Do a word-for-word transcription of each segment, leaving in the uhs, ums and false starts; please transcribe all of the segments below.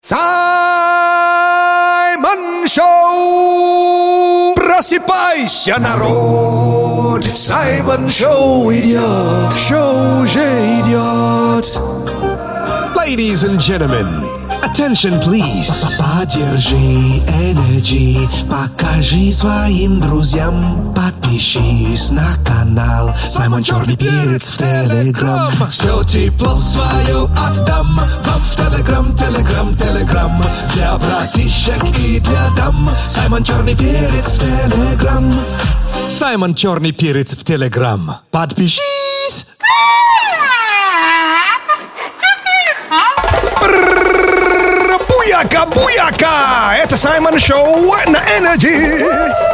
Саймон Шоу! Просыпайся, народ! Саймон Шоу идет! Шоу уже идет! Ladies and gentlemen, attention please! Поддержи Energy, покажи своим друзьям, подпишись на канал Саймон Черный Перец в Телеграм. Все тепло свое отдам вам в Телеграм, Телеграм, Телеграм. Для братишек и для дам Саймон Черный Перец в Телеграм. Саймон Черный Перец в Телеграм. Подпишись! Буяка, буяка! Это Саймон Шоу на Energy.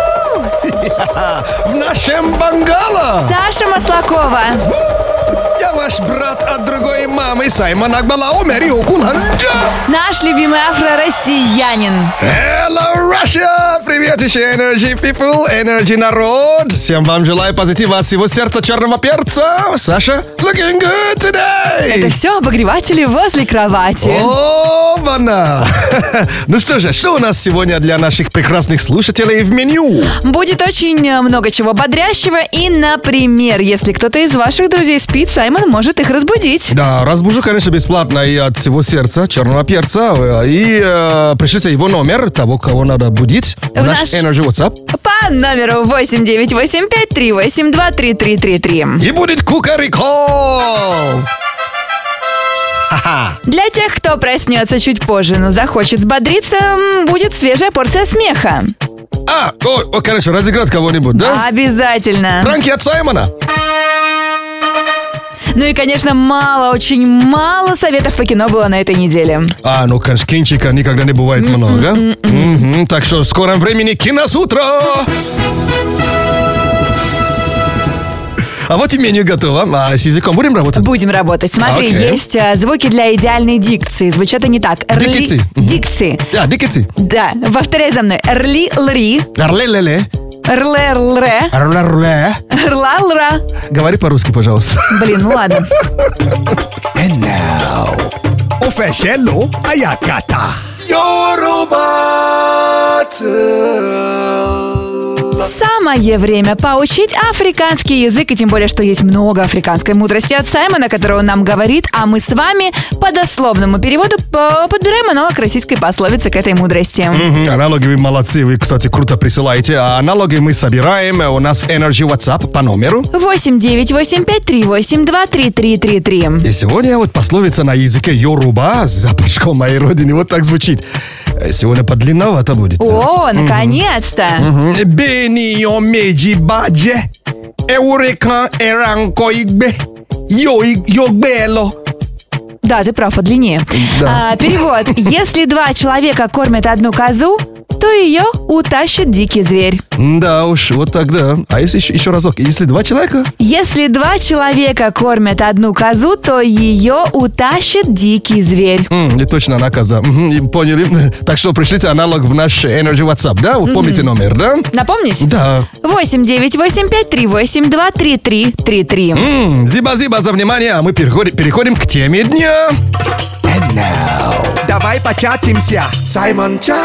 В нашем бангало. Саша Маслакова. Я ваш брат от другой мамы, Саймон Акбалао Мэрио Куланджа. Наш любимый афро-россиянин. Hello, Russia! Привет еще, Energy people, Energy народ. Всем вам желаю позитива от всего сердца черного перца. Саша, looking good today. Это все обогреватели возле кровати. О, вана! Ну что же, что у нас сегодня для наших прекрасных слушателей в меню? Будет очень много чего бодрящего. И, например, если кто-то из ваших друзей спит, Саймон может их разбудить. Да, разбужу, конечно, бесплатно и от всего сердца черного перца. И э, пришлите его номер, того, кого надо будить, в, в наш Energy WhatsApp. По номеру восемь девять восемь пять три восемь два три три три три. И будет кукареко! Ха-ха. Для тех, кто проснется чуть позже, но захочет взбодриться, будет свежая порция смеха. А, о, о, конечно, разыграть кого-нибудь, да? Обязательно. Пранки от Саймона. Ну и, конечно, мало, очень мало советов по кино было на этой неделе. А, ну, конечно, кинчика никогда не бывает mm-mm, много. Mm-mm. Mm-hmm. Так что в скором времени киносутро. А вот и меню готово. А с языком будем работать? Будем работать. Смотри, okay. есть а, звуки для идеальной дикции. Звучат они так. Дикции. Дикции. А, дикции. Да. Повторяй за мной. Рли-лри. Рле-ле-ле. Рле-лре. Рле-рле. Рла-лра. Говори по-русски, пожалуйста. Блин, ну ладно. And now, official Ayakata. Yoruba. Самое время поучить африканский язык, и тем более, что есть много африканской мудрости от Саймона, которую он нам говорит, а мы с вами по дословному переводу подбираем аналог российской пословицы к этой мудрости. Mm-hmm. Аналоги вы молодцы, вы, кстати, круто присылаете, а аналоги мы собираем у нас в Energy WhatsApp по номеру восемь девять восемь пять три восемь два три три три три. И сегодня вот пословица на языке Йоруба, запашком моей родины, вот так звучит. Сегодня подлинновато будет. О, наконец-то! Бенио меджи бадже, эурекан эранко игбе, йогбело. Да, ты прав, подлиннее. Да. А, перевод. Если два человека кормят одну козу, то ее утащит дикий зверь. Да уж, вот тогда. А если еще, еще разок, если два человека? Если два человека кормят одну козу, то ее утащит дикий зверь. Mm, не точно она коза. Mm-hmm, поняли? Так что пришлите аналог в наш Energy WhatsApp, да? Вы помните mm-hmm. номер, да? Напомнить? Да. восемь девять восемь пять три восемь два три три три три. Mm, зиба-зиба за внимание, а мы переходим, переходим к теме дня. And now. Давай початимся. Саймон Чат.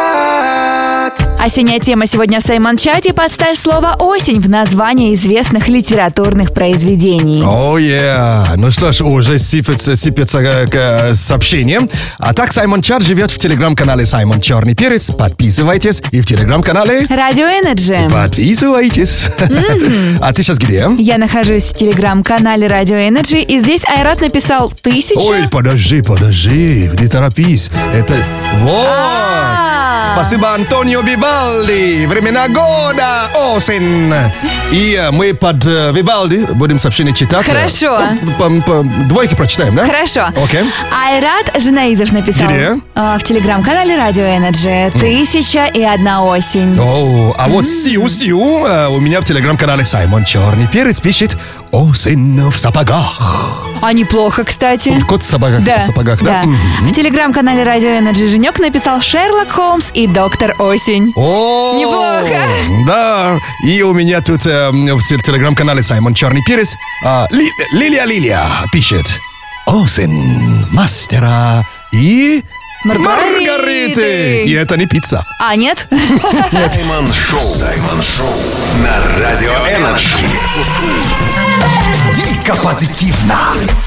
Осенняя тема сегодня в Саймон Чате. Подставь слово «осень» в названии известных литературных произведений. О, oh, yeah. Ну что ж, уже сыпется, сыпется э, сообщение. А так Саймон Чат живет в телеграм-канале Саймон Черный Перец. Подписывайтесь. И в телеграм-канале Радио Energy. Подписывайтесь. Mm-hmm. А ты сейчас где? Я нахожусь в телеграм-канале Радио Energy. И здесь Айрат написал тысячу. Ой, подожди, подожди. Не торопись. Это... Вот. Спасибо, Антонио Вивальди. Времена года, осень. И мы под uh, Вивальди будем сообщение читать. Хорошо. По, по, по, двойки прочитаем, да? Хорошо. Окей. Okay. Айрат Жнаизов написал. Где? В телеграм-канале Радио Energy. Тысяча и одна осень. О, а вот Сиу-Сиу у меня в телеграм-канале Саймон Черный Перец пишет осень в сапогах. А неплохо, кстати. Кот в сапогах, да. в сапогах, да? да. Mm-hmm. В телеграм-канале Радио Energy Женек написал Шерлок Холмс и доктор Осень. О, неплохо. Да. И у меня тут э, в телеграм-канале Саймон Черный Перец э, Ли, Лилия Лилия пишет осень мастера и Маргариты. Маргариты. И это не пицца. А, нет? Саймон Шоу. Саймон Шоу. На Радио Энерджи. Дико позитивно.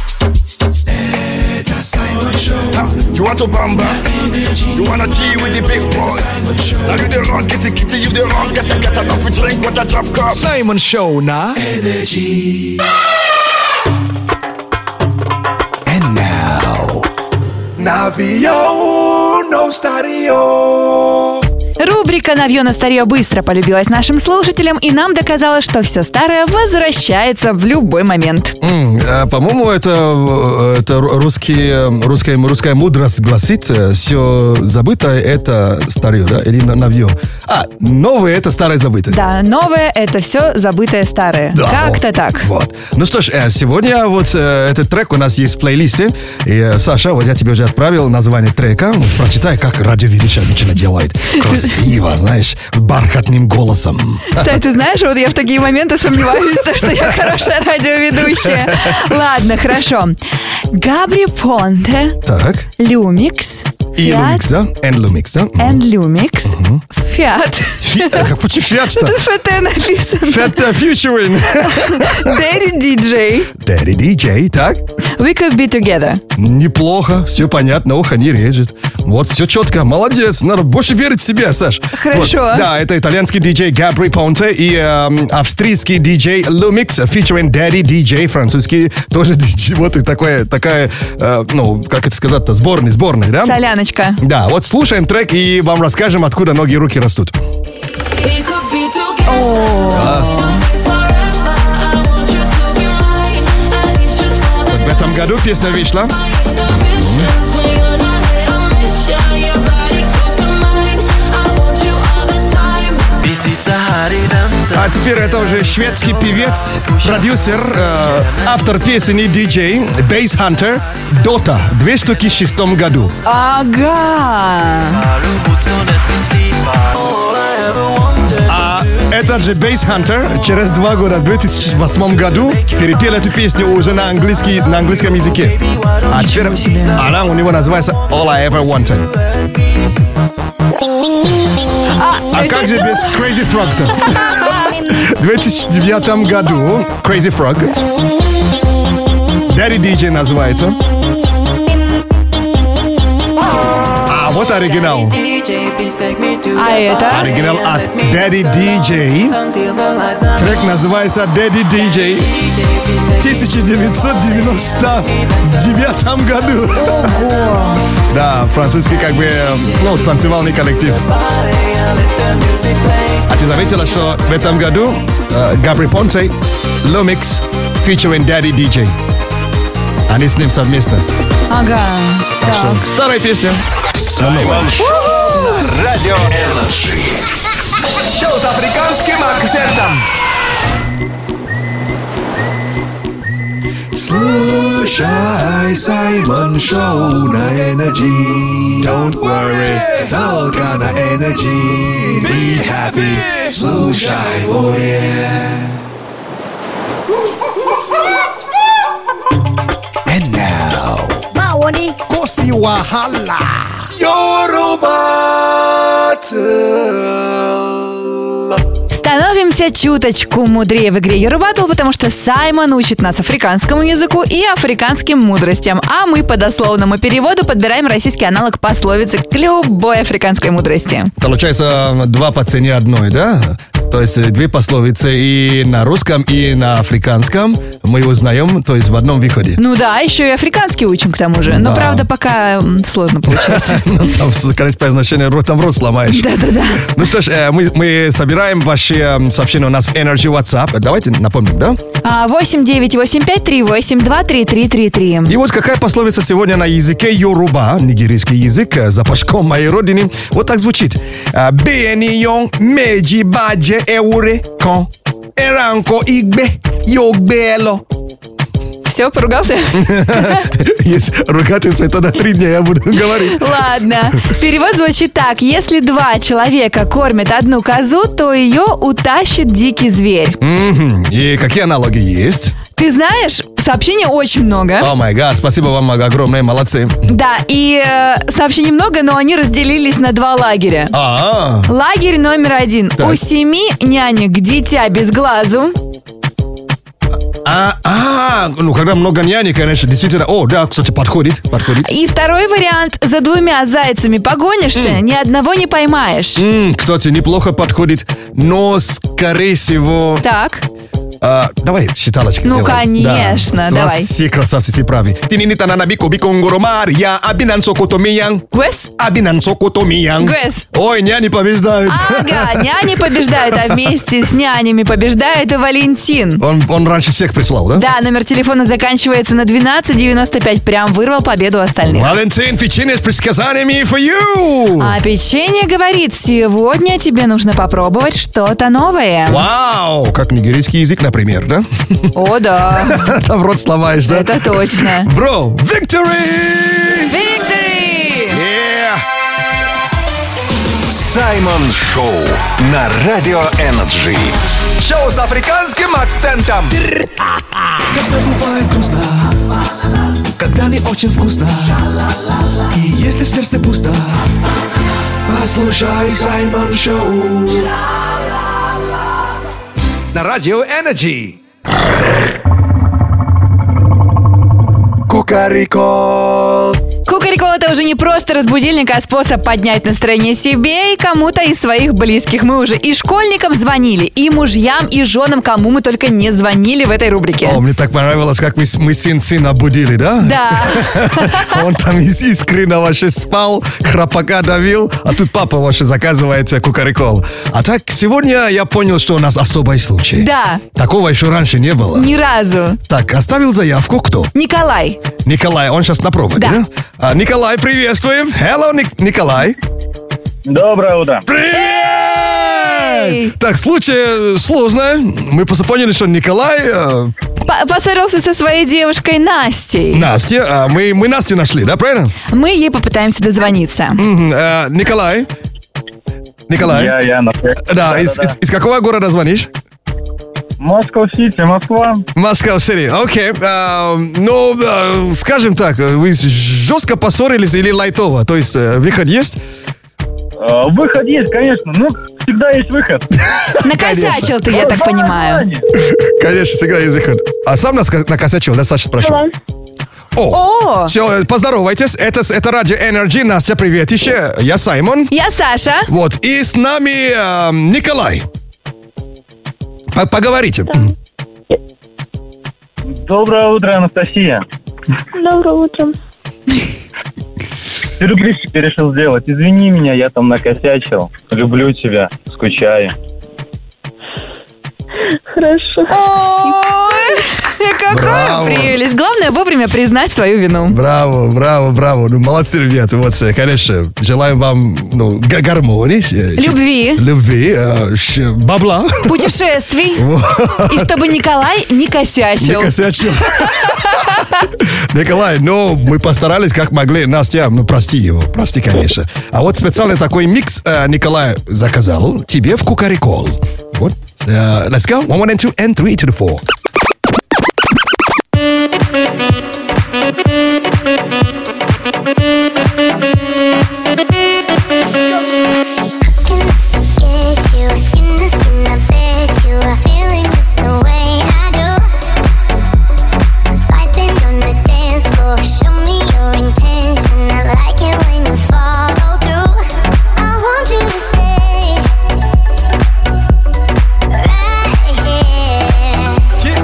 You want to bamba? You wanna G with the big boy? Now you the wrong, get the kitty, you the wrong, get the get enough to drink with the drop cup. Саймон Шоу на Energy. And now Навио no Stadio. Рубрика «Навье на старье» быстро полюбилась нашим слушателям, и нам доказала, что все старое возвращается в любой момент. М, а, по-моему, это, это русский, русская, русская мудрость гласит: все забытое — это старье, да? Или навье. А, новое — это старое забытое. Да, новое — это все забытое старое. Да, Как-то вот, так. Вот. Ну что ж, э, сегодня вот э, этот трек у нас есть в плейлисте. И, э, Саша, вот я тебе уже отправил название трека. Прочитай, как радиоведущая обычно делает. Красиво, знаешь, бархатным голосом. Кстати, ты знаешь, вот я в такие моменты сомневаюсь, что я хорошая радиоведущая. Ладно, хорошо. Габри Понте, Так. Люмикс, И Fiat Lumix, да? And Lumix, да? and Lumix, Fiat. Фи- э, как почему Fiat, что? Тут эф тэ написано. Fiat э, Futuring. Daddy ди джей. Daddy ди джей, так? We could be together. Неплохо, все понятно, ухо не режет. Вот, все четко, молодец, надо больше верить в себя, Саш. Хорошо. Вот, да, это итальянский диджей Габри Понте и эм, австрийский диджей Lumix, featuring Daddy ди джей, французский тоже диджей. Вот и такое, такая, э, ну, как это сказать-то, сборный, сборный, да? Соляночка. Да, вот слушаем трек и вам расскажем, откуда ноги и руки растут. Вот в этом году песня вышла. А теперь это уже шведский певец, продюсер, э, автор песен и диджей Bass Hunter, Dota, две штуки в шестом году. Ага. А этот же Bass Hunter через два года, в две тысячи восьмом году, перепел эту песню уже на, английский, на английском языке. А теперь она у него называется All I Ever Wanted. А как же без Crazy Frog-то? В две тысячи девятом году Crazy Frog, Daddy ди джей называется. А вот оригинал. А это? Оригинал от Daddy ди джей. Трек называется Daddy ди джей. В тысяча девятьсот девяносто девятом году. Ого. Да, французский как бы, ну, танцевальный коллектив. А ты заметила, что в этом году Габри Понте, Lumix, featuring Daddy ди джей. Они с ним совместно. Ага. Так что, старая песня. Саймон Шоу. На Радио Энерджи. Шоу с африканским акцентом. Слушай Саймон Шоу на Energy. Don't worry, только на Energy. Be happy, слушай море. And now Maoni. Kosi Wahala Yoruba. Становимся чуточку мудрее в игре Yorubattle, потому что Саймон учит нас африканскому языку и африканским мудростям, а мы по дословному переводу подбираем российский аналог пословицы к любой африканской мудрости. Получается, два по цене одной, да? То есть две пословицы и на русском, и на африканском мы узнаем, то есть в одном выходе. Ну да, еще и африканский учим к тому же. Но, Да. правда, пока м, сложно получается. Ну, там, короче, произношение, рот- там рот сломаешь. Да-да-да. Ну что ж, э, мы, мы собираем ваши э, сообщения у нас в Energy WhatsApp. Давайте напомним, да? А, восемь девять восемь пять три восемь два три три три три. И вот какая пословица сегодня на языке Yoruba, нигерийский язык, э, запашком моей родины. Вот так звучит. Бенион меджи бадже эуре кон эранко игбе йогбело. Все, поругался? Есть ругательство, это на три дня я буду говорить. Ладно. Перевод звучит так. Если два человека кормят одну козу, то ее утащит дикий зверь. Мгм. И какие аналоги есть? Ты знаешь, сообщений очень много. О май гад, спасибо вам огромное, молодцы. Да, и э, сообщений много, но они разделились на два лагеря. А, Лагерь номер один. Так. У семи нянек дитя без глазу. а, а, ну когда много нянек, конечно, действительно. О, да, кстати, подходит, подходит. И второй вариант. За двумя зайцами погонишься, ни одного не поймаешь. М, кстати, неплохо подходит, но скорее всего. Так. А, давай считалочки Ну, сделаем. конечно, Да. давай. Все красавцы, все правы. Тининитана набико биконгоро Мария, абинан сокотомиян. Гуэс? Абинан сокотомиян. Гуэс. Ой, няни побеждают. Ага, няни побеждают, а вместе с нянями побеждает и Валентин. Он, он раньше всех прислал, да? Да, номер телефона заканчивается на двенадцать девяносто пять. Прям вырвал победу остальных. Валентин, печенье с предсказаниями for you. А печенье говорит, сегодня тебе нужно попробовать что-то новое. Вау, как нигерийский язык, например, да? О, да, Там в рот сломаешь, да? это точно. Бро, victory! Victory! Yeah! Саймон Шоу на Радио Энерджи. Шоу с африканским акцентом. Когда бывает грустно, когда не очень вкусно, и если в сердце пусто, послушай Саймон Шоу на Радио Энерджи. Кукарико. Кукареко — это уже не просто разбудильник, а способ поднять настроение себе и кому-то из своих близких. Мы уже и школьникам звонили, и мужьям, и женам, кому мы только не звонили в этой рубрике. О, мне так понравилось, как мы, с- мы сын сына будили, да? Да. Он там ис- искренне вообще спал, храпака давил, а тут папа вообще заказывает э, кукарекол. А так, сегодня я понял, что у нас особый случай. Да, Такого еще раньше не было. ни разу. Так, оставил заявку кто? Николай. Николай, он сейчас на проводе, да? Да. А, Николай, приветствуем. Hello, Ник- Николай. Доброе утро. Привет! Эй! Так, случай э, сложный. Мы просто поняли, что Николай... э, П- Поссорился со своей девушкой Настей. Настя, а мы, мы Настю нашли, да, правильно? Мы ей попытаемся дозвониться. Мгм, э, Николай. Николай. Я, я на Да, из, из- из какого города звонишь? Москва-Сити, Москва. Москва-Сити, окей. А, ну, а, скажем так, вы жестко поссорились или лайтово? То есть э, выход есть? Э, Выход есть, конечно. Ну, всегда есть выход. Накосячил ты, я так понимаю. Конечно, всегда есть выход. А сам нас накосячил, да, Саша, спрашиваю? О, О, все, поздоровайтесь. Это, это Радио Энерджи. Настя, привет еще. Я Саймон. я Саша. Вот, и с нами э, Николай. П- Поговорите. Доброе утро, Анастасия. Доброе утро. Сюрприз тебе решил сделать. Извини меня, я там накосячил. Люблю тебя, скучаю. Хорошо. Ой, какая Браво. прелесть. Главное вовремя признать свою вину. Браво, браво, браво. Ну, молодцы, ребята. Вот, э, конечно, желаем вам ну, г- гармонии. э, Любви. Любви, э, ш- бабла. Путешествий. И чтобы Николай не Не косячил. косячил. Николай, ну, мы постарались как могли. Настя, ну, прости его, прости, конечно. А вот специально такой микс э, Николай заказал тебе в Кукарекол. Вот. Э, let's go. One, one, and two, and three to the four. Get you skin to skin, I bet you are feeling just the way I do. Vibing on the dance floor, show me your intention. I like it when you follow through. I want you to stay right here.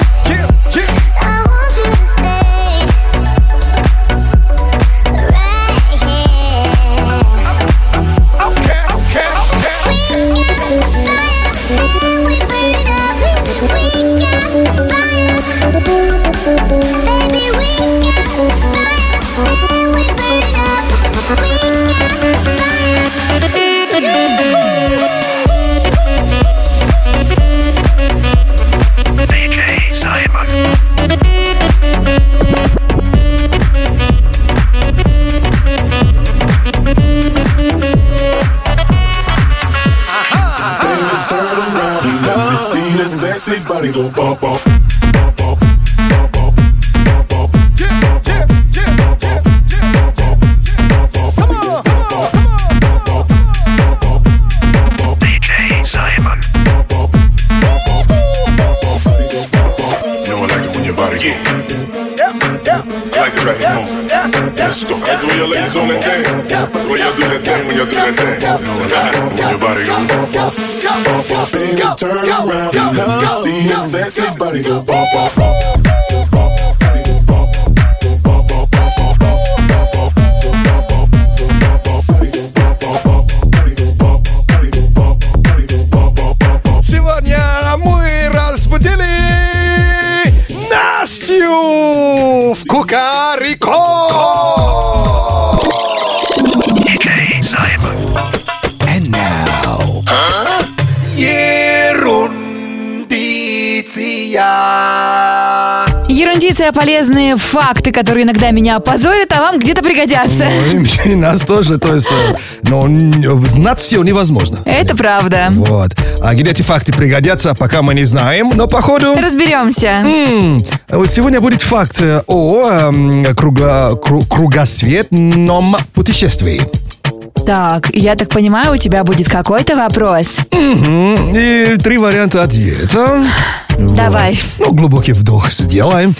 your sexy body go bop bop bop bop bop bop bop. ди джей Simon. You know I like it when your body go. I like it right here, move. Let's go. I do your ladies on that thing. When y'all do that thing, when y'all do that thing. You know what I like it when your body go. Baby, turn around. Let me see your sexy body go. Bop, bop, bop. Сегодня мы разбудили Настю в Кукарико. ди джей Simon. And now Ерундиция. Ерундиция, полезные факты, которые иногда меня опозорят, а вам где-то пригодятся. Ну, и нас тоже, то есть, э, ну, н- знать все невозможно. Это правда. Вот. А где эти факты пригодятся, пока мы не знаем, но походу... Разберемся. М, вот сегодня будет факт э, о эм, круга- кру- кругосветном путешествии. Так, я так понимаю, у тебя будет какой-то вопрос. Мгм. И три варианта ответа. Давай. Вот. Ну, глубокий вдох сделаем.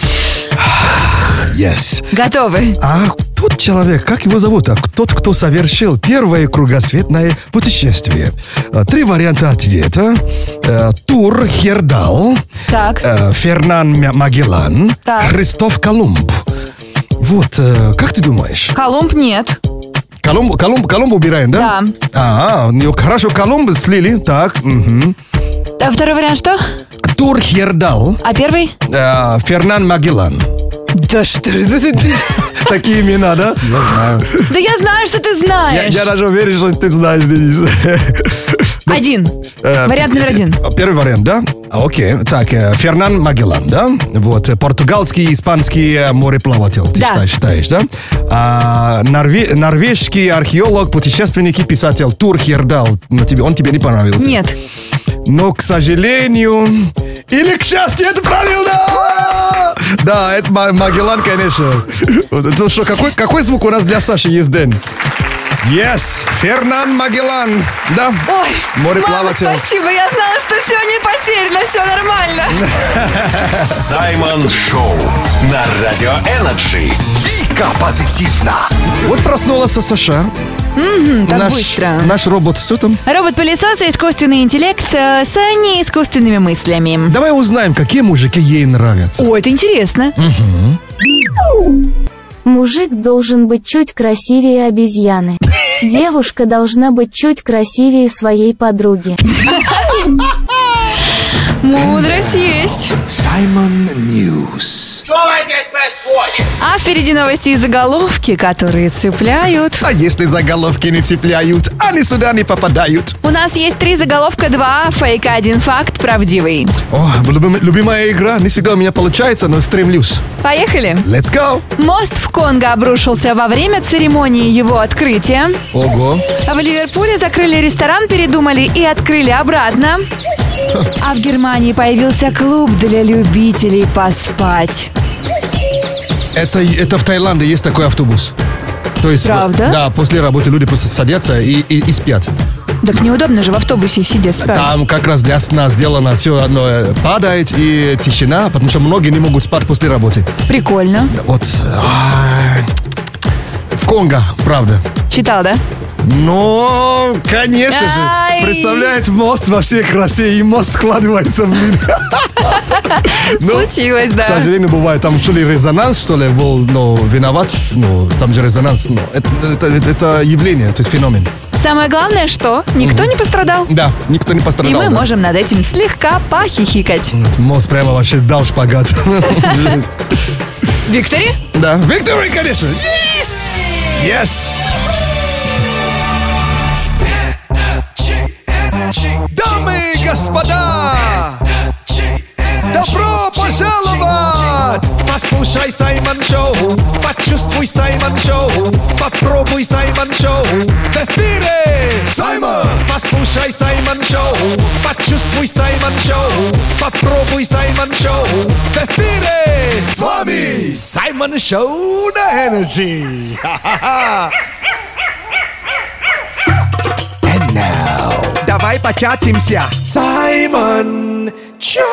Yes. Готовы? А тот человек, как его зовут? А тот, кто совершил первое кругосветное путешествие. А, Три варианта ответа. Э, Тур Хердал, Так. э, Фернан Ма- Магеллан, Так. Христоф Колумб. Вот, э, как ты думаешь? Колумб нет. Колумб, Колумб, Колумб убираем, да? Да. А, ну, хорошо, Колумб слили. Так, мгм. А второй вариант что? Тур Хердал, А первый? э, Фернан Магеллан. Да что ты? Такие имена, да? Я знаю. Да я знаю, что ты Я, знаешь. я даже уверен, что ты знаешь, Денис. Один. Э, Вариант номер один. Первый вариант, да? А, Окей. Так, э, Фернан Магеллан, да? Вот, э, португальский, испанский э, мореплаватель, ты Да. считаешь, считаешь, да? А, норве- норвежский археолог, путешественник и писатель Тур Хердал. Ну, тебе, он тебе не понравился? Нет. Но, к сожалению, или к счастью, это правильно! Да, это Ма- Магеллан, конечно. Это что, какой, какой звук у нас для Саши есть, Дэн? Yes, Фернан Магеллан. Да, Ой, мореплаватель. мама, спасибо, я знала, что все не потеряно, все нормально. Саймон Шоу на Радио Энерджи. Дико позитивно. Вот проснулась Саша. Так наш, быстро. Наш робот, что там? Робот-пылесос и искусственный интеллект э, с неискусственными мыслями. Давай узнаем, какие мужики ей нравятся. О, это интересно. Мужик должен быть чуть красивее обезьяны. Девушка должна быть чуть красивее своей подруги. Мудрость есть. Саймон Ньюс. А впереди новости и заголовки, которые цепляют. А если заголовки не цепляют, они сюда не попадают. У нас есть три заголовка, два фейка, один факт правдивый. О, любим- любимая игра. Не всегда у меня получается, но стремлюсь. Поехали. Let's go. Мост в Конго обрушился во время церемонии его открытия. Ого. В Ливерпуле закрыли ресторан, передумали и открыли обратно. А в Германии появился клуб для любителей поспать. Это, это в Таиланде есть такой автобус. То есть, Правда? Да, после работы люди просто садятся и, и, и спят. Так неудобно же в автобусе сидя спать. Там как раз для сна сделано все одно. э, Падает и тишина, потому что многие не могут спать после работы. Прикольно. Вот. а, В Конго, правда. Читал, да? Но, конечно Ай! же, представляет мост во всей красе, и мост складывается, блин. Ну, Случилось, К да. сожалению, бывает, там что ли резонанс, что ли, был, ну, виноват, ну, там же резонанс, ну, это, это, это- это явление, то есть феномен. Самое главное, что никто не пострадал. Да, никто не И пострадал. мы да. можем над этим слегка похихикать. Мост прямо вообще дал шпагат. Жесть. Виктори? Да, Victory, конечно. Yes! Yes! Дамы и господа, добро пожаловать! Послушай Саймон Шоу, почувствуй Саймон Шоу, попробуй Саймон Шоу в эфире! Саймон! Послушай Саймон Шоу, почувствуй Саймон Шоу, Саймон Шоу на Energy. And now, давай початимся. Саймон Чат.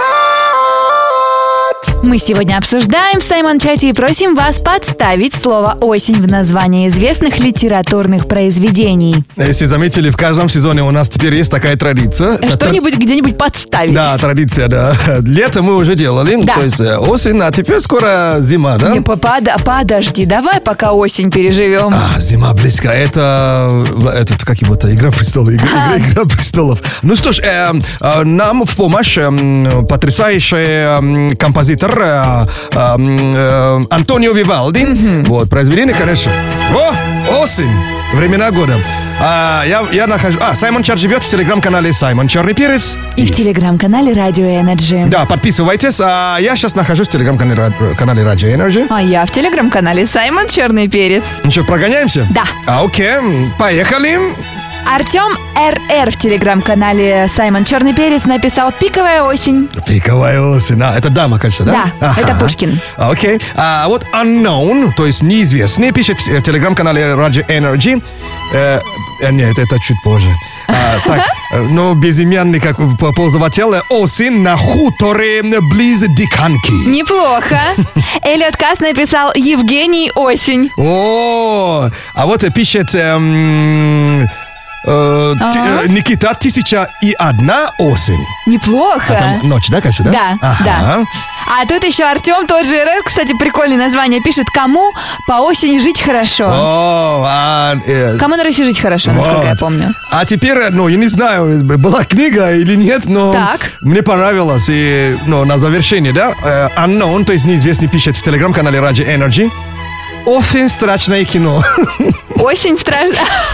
Мы сегодня обсуждаем в Саймон-чате и просим вас подставить слово «осень» в название известных литературных произведений. Если заметили, в каждом сезоне у нас теперь есть такая традиция. Что-нибудь где-нибудь подставить. Да, традиция, да. Лето мы уже делали, Да. то есть э, осень, а теперь скоро зима, да? Не, под- подожди, давай пока осень переживем. А, зима близко. Это, это как его-то, Игра престолов. Игра, А. игра, Игра престолов. Ну что ж, э, э, нам в помощь э, потрясающий э, композитор э, э, Антонио Вивальди. Вот, произведение, конечно. О, осень, времена года. А, я, я нахожу... А, Саймон Чат живет в телеграм-канале Саймон Черный Перец. И в телеграм-канале Радио Energy. Да, подписывайтесь. А я сейчас нахожусь в телеграм-канале Ра- канале Радио Energy. А я в телеграм-канале Саймон Черный Перец. Ну что, прогоняемся? Да. А, окей, поехали. Артем РР в телеграм-канале Саймон Черный Перец написал «Пиковая осень». Пиковая осень. А, это дама, кажется, да? Да, это Пушкин. А, Окей. А вот unknown, то есть неизвестный, пишет в в телеграм-канале Radio Energy. Э, э, нет, это чуть позже. А, так, э, но безымянный, как по- пользователь, осень на хуторе близ Диканки. Неплохо. Эллиот Касс написал «Евгений осень». О, а вот э, пишет... эм, э, ти- Ага. э, Никита, тысяча и одна осень. Неплохо. А там ночь, да, кажется, да? Да, Ага. да. А тут еще Артем, тот же РР, кстати, прикольное название, пишет «Кому по осени жить хорошо». О, а, э, Кому на Руси жить хорошо, насколько я вот. помню. А теперь, ну, я не знаю, была книга или нет, но Так. мне понравилось. И, ну, на завершение, да, э, unknown, то есть неизвестный, пишет в телеграм-канале Radio Energy. Очень страшное кино. Осень страшна.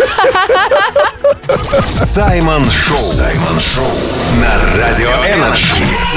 Саймон Шоу. Саймон Шоу на Радио Энерджи.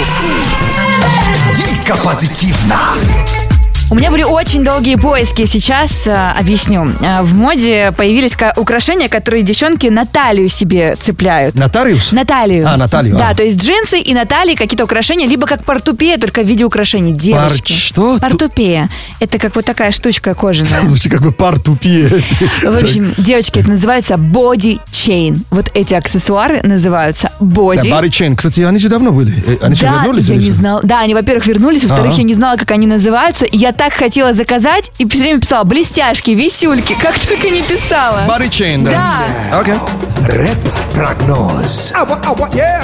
Дико позитивно. У меня были очень долгие поиски. Сейчас э, объясню. Э, в моде появились ка- украшения, которые девчонки на талию себе цепляют. Нотариус? На талию. А, на талию, Да, а. то есть джинсы и на талии какие-то украшения, либо как портупея, только в виде украшений. Девочки. Пар- что? Портупея. Это как вот такая штучка кожаная. Звучит как бы пар тупее. В общем, девочки, это называется body chain. Вот эти аксессуары называются Да, body. Барри Чейн. Кстати, они же давно были. Э, Они же Да, вернулись? я или не что? знала. Да, они, во-первых, вернулись, во-вторых, Ага. я не знала, как они называются. И я так хотела заказать, и все время писала блестяшки, висюльки, как только не писала. Барри Чейн, да. Да. Окей. Рэп-прогноз. Ава, ава, yeah.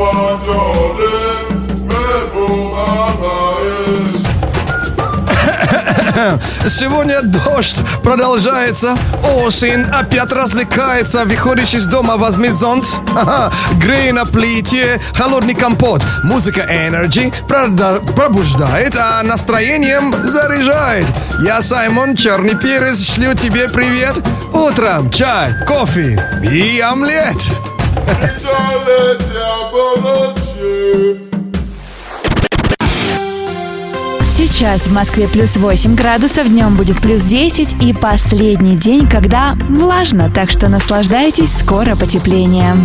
Сегодня дождь продолжается, осень опять развлекается. Выходишь из дома, возьми зонт, ага, грей на плите, холодный компот. Музыка Energy прода- пробуждает, а настроением заряжает. Я, Саймон Черный Перец, шлю тебе привет. Утром чай, кофе и омлет. Сейчас в Москве плюс восемь градусов, днем будет плюс десять, и последний день, когда влажно, так что наслаждайтесь, скоро потепление.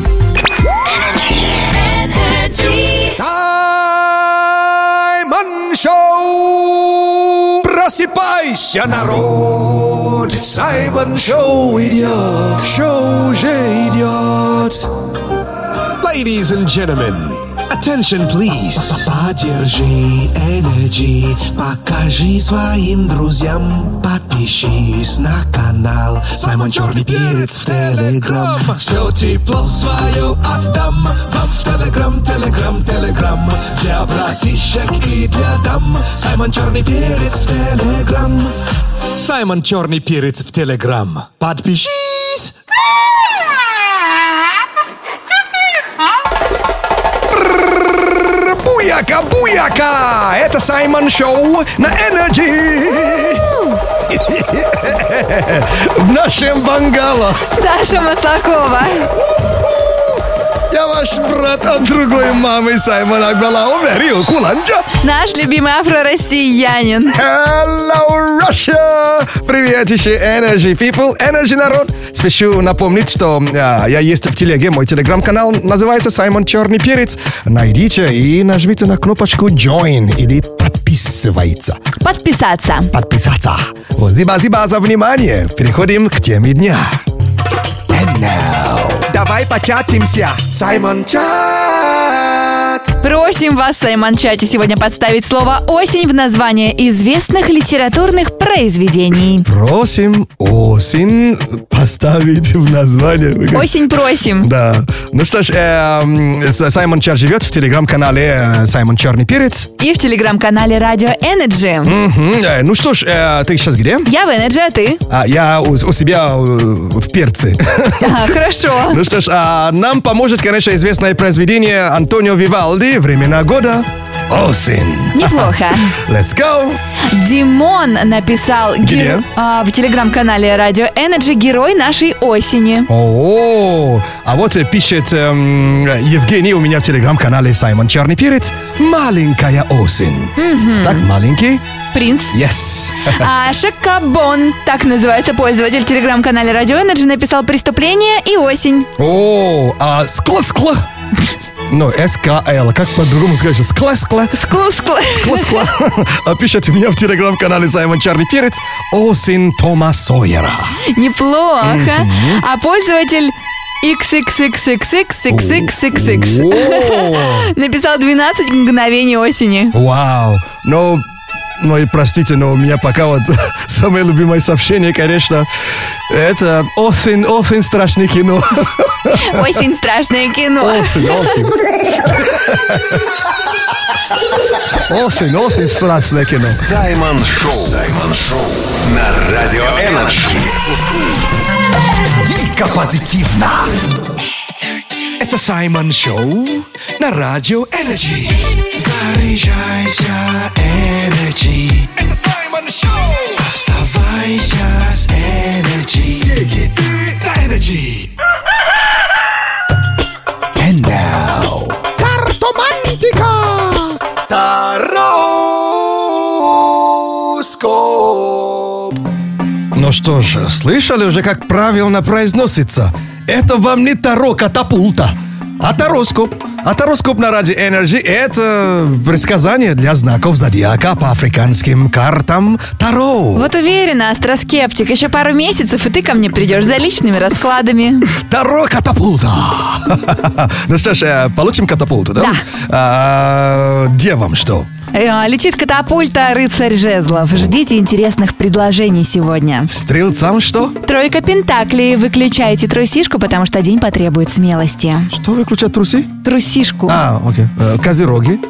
Саймон Шоу! Просыпайся, народ! Саймон Шоу идет! Шоу уже идет! Ladies and gentlemen, attention please! Поддержи Energy, покажи своим друзьям, подпишись на канал Саймон Черный Перец в Телеграм. Все тепло свое отдам вам в Телеграм, Телеграм, Телеграм. Для братишек и для дам Саймон Черный Перец в Телеграм. Саймон Черный Перец в Телеграм. Подпишись! Буяка, буяка! Это Саймон Шоу на Energy. В нашем бангало. Саша Маслакова. Я ваш брат от другой мамы Саймон Акбалао, Рио Куланджа. Наш любимый афро-россиянин. Hello, Russia! Привет еще Energy People, Energy народ. Спешу напомнить, что а, я есть в телеге, мой телеграм-канал называется Саймон Черный Перец. Найдите и нажмите на кнопочку Join или подписывайтесь. подписывается. Подписаться. Подписаться. Вот, зиба-зиба за внимание. Переходим к теме дня. And now, давай початимся. Саймон Чат. Просим вас в Саймон-чате сегодня подставить слово «осень» в название известных литературных произведений. Просим осень поставить в название. Осень просим. Да. Ну что ж, э, Саймон Чат живет в телеграм-канале Саймон Черный Перец. И в телеграм-канале Радио Energy. Мгм. Э, ну что ж, э, ты сейчас где? Я в Energy, а ты? А, я у, у себя э, в перце. А, хорошо. Ну что ж, а нам поможет, конечно, известное произведение Антонио Вивальди «Времена года. Осень». Неплохо. Let's go! Димон написал Где? гер- а, в телеграм-канале Радио Energy «Герой нашей осени». О, а вот э, пишет эм, Евгений у меня в телеграм-канале Саймон Черный Перец «Маленькая осень». Так, маленький? Принц. Yes. А Шакабон, так называется пользователь в телеграм-канале Радио Energy, написал «Преступление и осень». О, а скла-скла. Ну, эс-ка-эл, как по-другому скажешь? Скла-скла. Скла-скла. Скла-скла. А пишет меня в телеграм-канале Саймон Черный Перец «Осень Тома Сойера». Неплохо. А пользователь икс икс икс икс икс икс икс икс икс написал двенадцать мгновений осени. Вау. Ну, ну и простите, но у меня пока вот самое любимое сообщение, конечно, это «Осень, осень, страшное кино». Осень, страшное кино. Осень, осень. Осень, осень, страшное кино. Саймон Шоу. Саймон Шоу. На Радио Энерджи. Дико позитивно. Это Саймон Шоу на Радио Энерджи. Заряжайся, Энерджи. Это Саймон Шоу. Оставайся с Энерджи. Все хиты на Энерджи. And now, Картомантика. Тароскоп. Ну что ж, слышали уже, как правильно произносится? Это вам не Таро катапульта, а тароскоп. А тароскоп на Радио Энерджи – это предсказание для знаков зодиака по африканским картам Таро. Вот уверена, астроскептик, еще пару месяцев, и ты ко мне придешь за личными раскладами. Таро катапульта. Ну что ж, э, получим катапульту, да? Да. А, где вам что? Э, Летит катапульта «Рыцарь жезлов». Ждите интересных предложений сегодня. Стрелцам что? Тройка пентаклей. Выключайте трусишку, потому что день потребует смелости. Что выключать трусы? Трусишку. А, окей. Э, Козероги.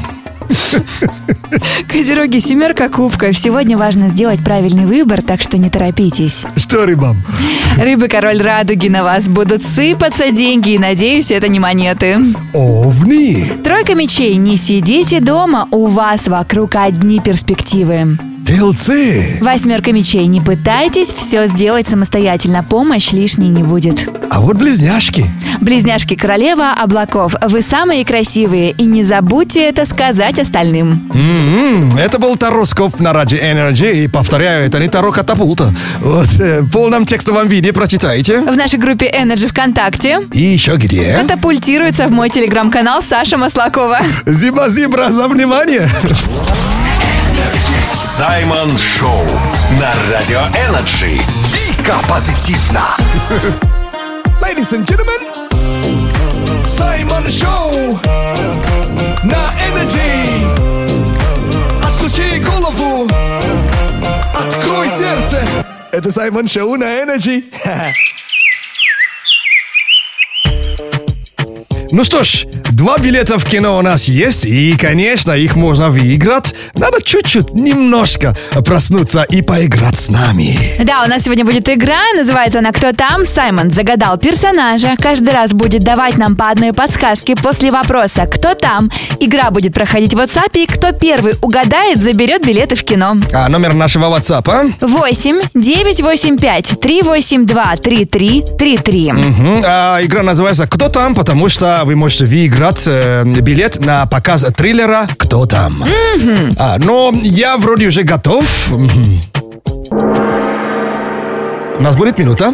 Козероги, семерка кубков. Сегодня важно сделать правильный выбор, так что не торопитесь. Что рыбам? Рыбы, король радуги, на вас будут сыпаться деньги, и, надеюсь, это не монеты. Овни. Тройка мечей. Не сидите дома, у вас вокруг одни перспективы. Тельцы. Восьмерка мечей. Не пытайтесь все сделать самостоятельно, помощь лишней не будет. А вот близняшки. Близняшки, королева облаков. Вы самые красивые, и не забудьте это сказать остальным. М-м, это был тароскоп на Радио Энерджи. И повторяю, это не Таро катапульта. Вот, э, в полном текстовом виде прочитайте. В нашей группе Energy ВКонтакте И еще где? катапультируется в мой телеграм-канал Саша Маслакова. Зиба-зибра за внимание. Саймон Шоу. На Радио Энерджи. Дико позитивно. Ladies and gentlemen, Саймон Шоу на Энерджи. Отключи голову, открой сердце. Это Саймон Шоу на Энерджи. Ну что ж, два билета в кино у нас есть, и, конечно, их можно выиграть. Надо чуть-чуть, немножко проснуться и поиграть с нами. Да, у нас сегодня будет игра, называется она «Кто там?». Саймон загадал персонажа, каждый раз будет давать нам по одной подсказке после вопроса «Кто там?». Игра будет проходить в WhatsApp, и кто первый угадает, заберет билеты в кино. А номер нашего WhatsApp? восемь девятьсот восемьдесят пять триста восемьдесят два тридцать три тридцать три. Угу. А игра называется «Кто там?», потому что вы можете выиграть э, билет на показ триллера «Кто там?». Мгм. А, но я вроде уже готов. Мгм. У нас будет минута.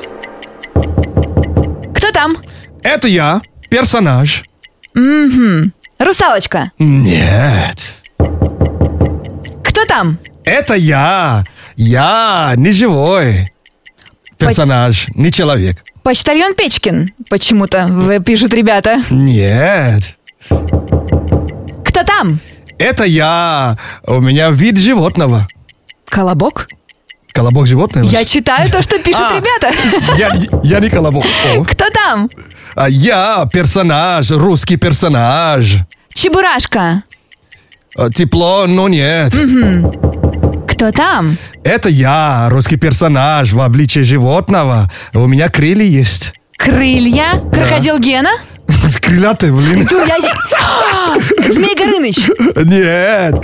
Кто там? Это я, персонаж. Мгм. Русалочка. Нет. там? Это я. Я не живой персонаж, не человек. Почтальон Печкин. Почему-то в- пишут ребята. Нет. Кто там? Это я. У меня вид животного. Колобок? Колобок животного? Я читаю то, что пишут А. ребята. Я, я не колобок. О. Кто там? А я персонаж, русский персонаж. Чебурашка. А, Тепло, но нет. Кто там? Это я, русский персонаж в обличии животного. У меня крылья есть. Крылья? Крокодил Гена? С крылатой, блин. Ту, я... А, Змей Горыныч. Нет.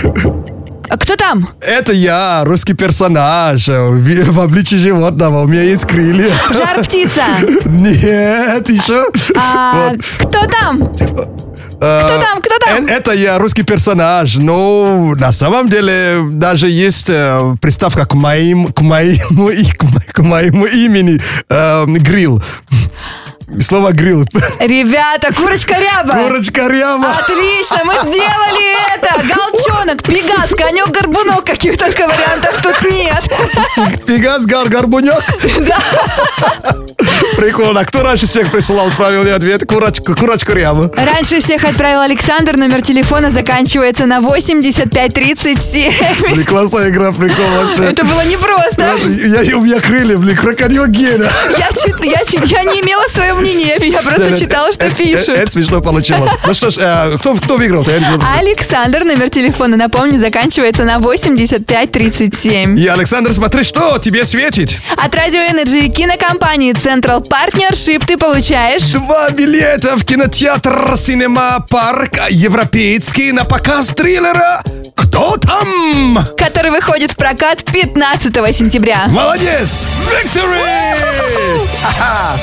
А кто там? Это я, русский персонаж в, в обличии животного. У меня есть крылья. Жар птица. Нет, еще. А, Вот. кто там? Кто там? Кто там? Э, Это я, русский персонаж. Но на самом деле даже есть э, приставка к моим, к моему, и- к, мо- к моему имени. э, Грилл. Слово грилл. Ребята, курочка ряба. Курочка ряба. Отлично, мы сделали это. Галчонок, пегас, конек, горбунок. Каких только вариантов тут нет. Пегас, гар, горбунек. Да. Прикольно. Кто раньше всех присылал правильный ответ? Курочка, курочка ряба. Раньше всех отправил Александр. Номер телефона заканчивается на восемьдесят пять тридцать семь. Блин, классная игра, прикол вообще. Это было непросто. Я, у меня крылья, блин, крокодил Гена. Я, чит- я, чит- я не имела свое мнение, я просто читала, что Это- пишут. Это смешно получилось. Ну что ж, э, кто, кто выиграл-то? Я не знаю. Александр, номер телефона, напомню, заканчивается на восемьдесят пять тридцать семь. И, Александр, смотри, что тебе светит. От Радио Энерджи и кинокомпании Central Partnership ты получаешь Два билета в кинотеатр «Синема Парк» европейский на показ триллера «Кто там?». который выходит в прокат пятнадцатого сентября. Молодец! Victory! Ха-ха!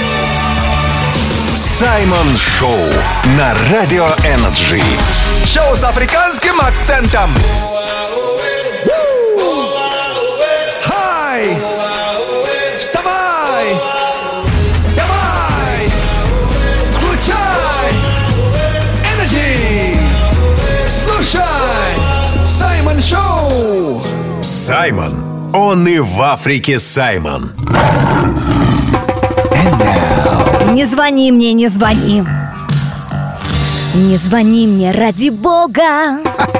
Саймон Шоу на Радио Энерджи. Шоу с африканским акцентом. Хай! Вставай! Давай! Включай! Energy! Слушай! Саймон Шоу! Саймон. Он и в Африке Саймон. Не звони мне, не звони. Не звони мне, ради бога.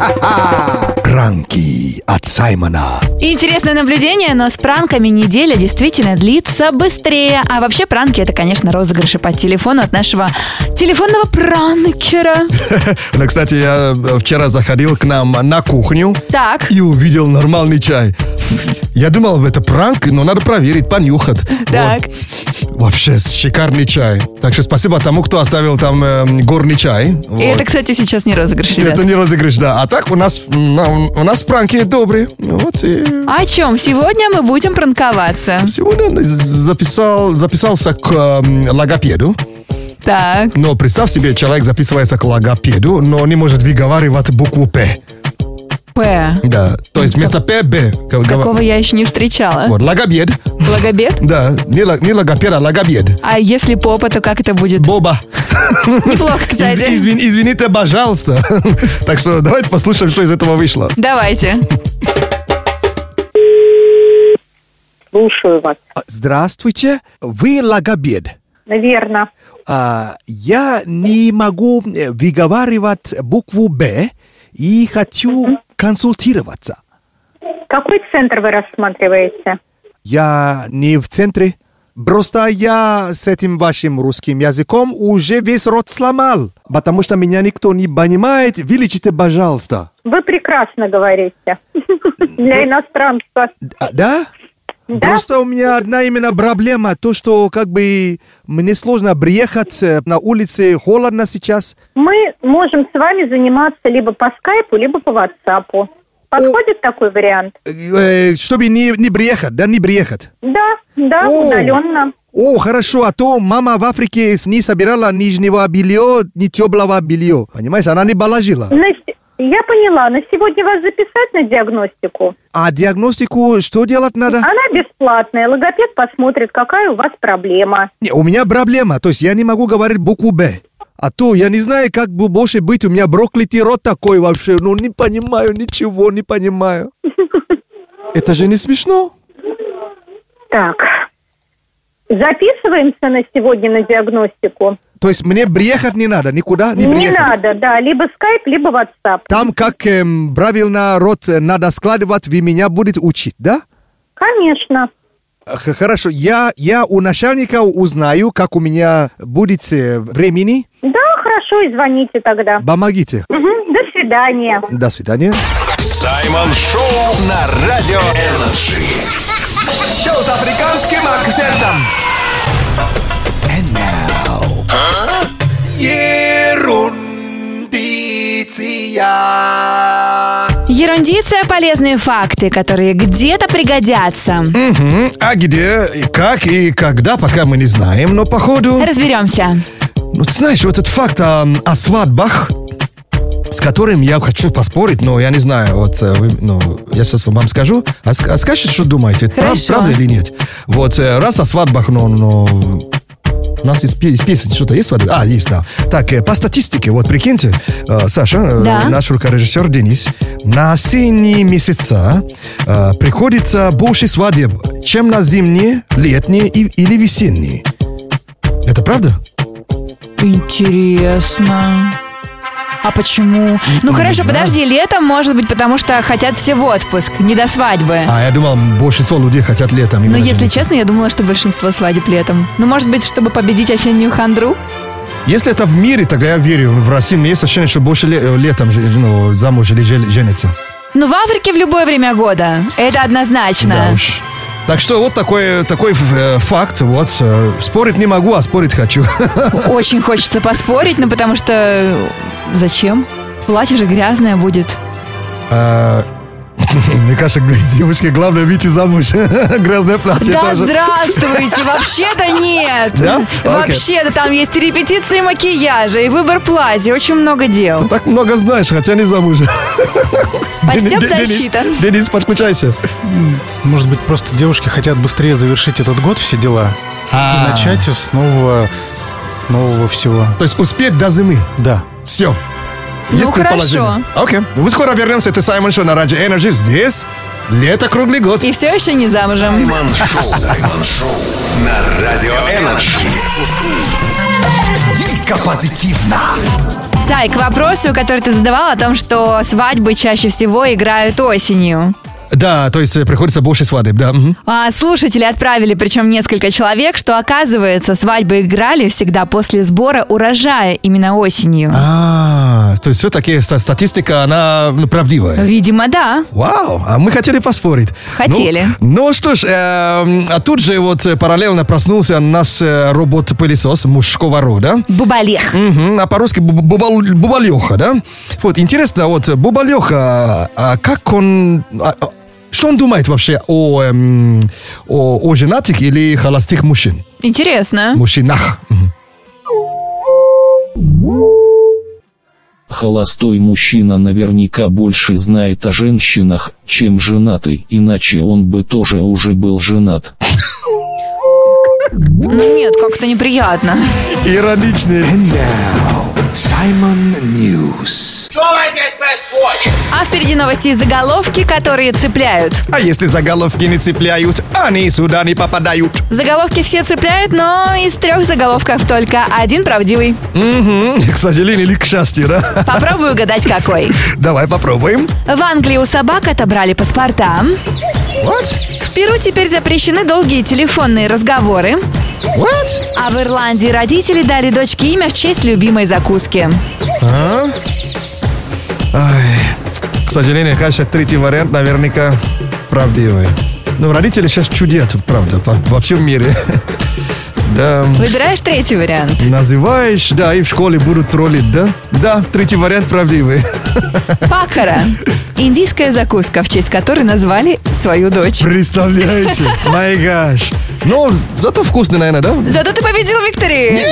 Пранки от Саймона. Интересное наблюдение, но с пранками неделя действительно длится быстрее. А вообще пранки — это, конечно, розыгрыши по телефону от нашего телефонного пранкера. Ну, кстати, я вчера заходил к нам на кухню Так. и увидел нормальный чай. Я думал, это пранк, но надо проверить, понюхать. Так. Вот. Вообще шикарный чай. Так что спасибо тому, кто оставил там э, горный чай. И Вот. это, кстати, сейчас не розыгрыш, ребят. Это не розыгрыш, да. А так у нас, м, у нас пранки добрые. Вот и О чем? Сегодня мы будем пранковаться. сегодня записал, записался к э, логопеду. Так. Но представь себе, человек записывается к логопеду, но не может выговаривать букву «П». П. Да, то есть вместо «П» «Б». Такого я еще не встречала. Вот, логопед. Логопед? Да, не, ло- не логопед, а логопед. А если попа, то как это будет? Боба. Неплохо, кстати. Из- извин- извините, пожалуйста. Так что давайте послушаем, что из этого вышло. Давайте. Слушаю вас. Здравствуйте, вы логопед. Верно. А, я не могу э, выговаривать букву «Б» и хочу консультироваться. Какой центр вы рассматриваете? Я не в центре. Просто я с этим вашим русским языком уже весь рот сломал, потому что меня никто не понимает. Вылечите, пожалуйста. Вы прекрасно говорите. Для иностранца. А, да? Да. Просто у меня одна именно проблема, то, что как бы мне сложно приехать, э, на улице холодно сейчас. Мы можем с вами заниматься либо по скайпу, либо по ватсапу. Подходит такой вариант? Э, чтобы не, не приехать, да, не приехать. Да, да, О. удаленно. О, хорошо, а то мама в Африке не собирала нижнего белья, ни теплого белья. Понимаешь, она не положила. На с- Я поняла. На сегодня вас записать на диагностику? А диагностику что делать надо? Она бесплатная. Логопед посмотрит, какая у вас проблема. Не, у меня проблема, то есть я не могу говорить букву «Б». А то я не знаю, как бы больше быть. У меня проклятый рот такой вообще. Ну, не понимаю ничего, не понимаю. Это же не смешно. Так. Записываемся на сегодня на диагностику. То есть мне приехать не надо, никуда не Не приехать? надо, да. Либо скайп, либо ватсап. Там как эм, правильно рот э, надо складывать, вы меня будете учить, да? Конечно. Х- Хорошо, я, я у начальника узнаю, как у меня будет э, времени. Да, хорошо, и звоните тогда. Помогите. Мгм, до свидания. До свидания. Саймон Шоу на Радио Энерджи. Шоу с африканским акцентом. And now. Ерундиция. Ерундиция – полезные факты, которые где-то пригодятся. Мгм. А где, и как и когда, пока мы не знаем, но походу... Разберемся. Ну, ты знаешь, вот этот факт о, о свадьбах, с которым я хочу поспорить, но я не знаю, вот, э, вы, ну, я сейчас вам скажу, а, ск- а скажите, что думаете, прав- Хорошо. правда или нет? Вот, э, раз о свадьбах, но, но у нас из, пе- из песен что-то есть свадьбы? А, есть, да. Так, э, по статистике, вот прикиньте, э, Саша, э, Да. наш рукорежиссер Денис, на осенние месяца э, приходится больше свадеб, чем на зимние, летние и- или весенние. Это правда? Интересно. А почему? Ну хорошо, подожди, летом может быть, потому что хотят все в отпуск, не до свадьбы. А я думал, большинство людей хотят летом. Но именно если жениться. честно, я думала, что большинство свадеб летом. Ну, может быть, чтобы победить осеннюю хандру? Если это в мире, тогда я верю. В России мне есть ощущение, что больше ле- летом же- ну, замуж или жен- женятся. Ну, в Африке в любое время года. Это однозначно. Да уж. Так что вот такой, такой э, факт. Вот, э, спорить не могу, а спорить хочу. Очень хочется поспорить, но потому что... Зачем? Платье же грязное будет. А, Мне кажется, девушке главное выйти замуж. Грязное платье Да тоже. здравствуйте! Вообще-то нет! Да? Окей. Вообще-то там есть и репетиции макияжа, и выбор платья, очень много дел. Так много знаешь, хотя не замужем. Подстёб Денис, засчитан. Денис, подключайся. Может быть, просто девушки хотят быстрее завершить этот год, все дела, А. и начать с нового, с нового всего. То есть успеть до зимы. Да. Все. Ну, Есть предположение? хорошо. Окей. Мы скоро вернемся. Это Саймон Шоу на Радио Энерджи. Здесь лето круглый год. И все еще не замужем. Саймон Шоу. Саймон Шоу на Радио Энерджи. Дико позитивно. Сай, к вопросу, который ты задавал о том, что свадьбы чаще всего играют осенью. Да, то есть э, приходится больше свадеб, да. Мгм. А слушатели отправили, причем несколько человек, что, оказывается, свадьбы играли всегда после сбора урожая именно осенью. А, то есть все-таки ста- статистика, она ну, правдивая. Видимо, да. Вау, а мы хотели поспорить. Хотели. Ну, ну что ж, э, а тут же вот э, параллельно проснулся наш э, робот-пылесос мужского рода. Бубалех. Мгм, а по-русски бу- бубал- бубалеха, да? Вот, интересно, вот бубалеха, а как он... а- а, что он думает вообще о, эм, о, о женатых или холостых мужчин? Интересно. Мужчинах. Мгм. Холостой мужчина наверняка больше знает о женщинах, чем женатый, иначе он бы тоже уже был женат. Ну нет, как-то неприятно. Ироничный. Саймон Ньюс. Что здесь происходит? А впереди новости и заголовки, которые цепляют. А если заголовки не цепляют, они сюда не попадают. Заголовки все цепляют, но из трех заголовков только один правдивый. Мгм, к сожалению или к счастью, да? Попробую угадать, какой. Давай попробуем. В Англии у собак отобрали паспорта. What? В Перу теперь запрещены долгие телефонные разговоры. What? А в Ирландии родители дали дочке имя в честь любимой закуски. А? Ай, к сожалению, кажется, третий вариант наверняка правдивый. Но родители сейчас чудят, правда, по- во всем мире. Да. Выбираешь третий вариант. Называешь, да, и в школе будут троллить, да? Да, третий вариант правдивый. Пакхара. Индийская закуска, в честь которой назвали свою дочь. Представляете? My gosh. Но зато вкусно, наверное, да? Зато ты победил в Виктории.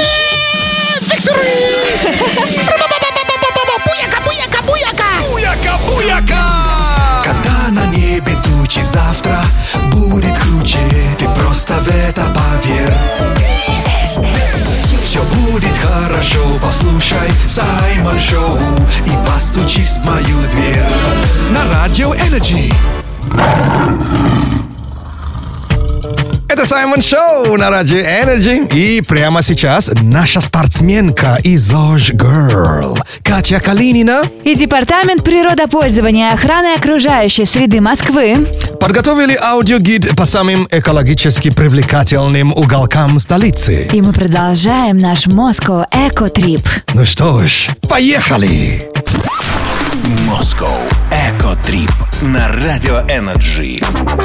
Буяка, буяка, буяка! Буяка, буяка! Когда на небе тучи, завтра будет круче. Ты просто в это поверь. Все будет хорошо, послушай Саймон Шоу и постучись в мою дверь на Радио Энерджи. Это Саймон Шоу на Радио Энерджи. И прямо сейчас наша спортсменка и ЗОЖ Girl Катя Калинина и Департамент природопользования и охраны окружающей среды Москвы подготовили аудиогид по самым экологически привлекательным уголкам столицы. И мы продолжаем наш Moscow Эко-трип. Ну что ж, поехали! Moscow Эко-трип на Радио Энерджи.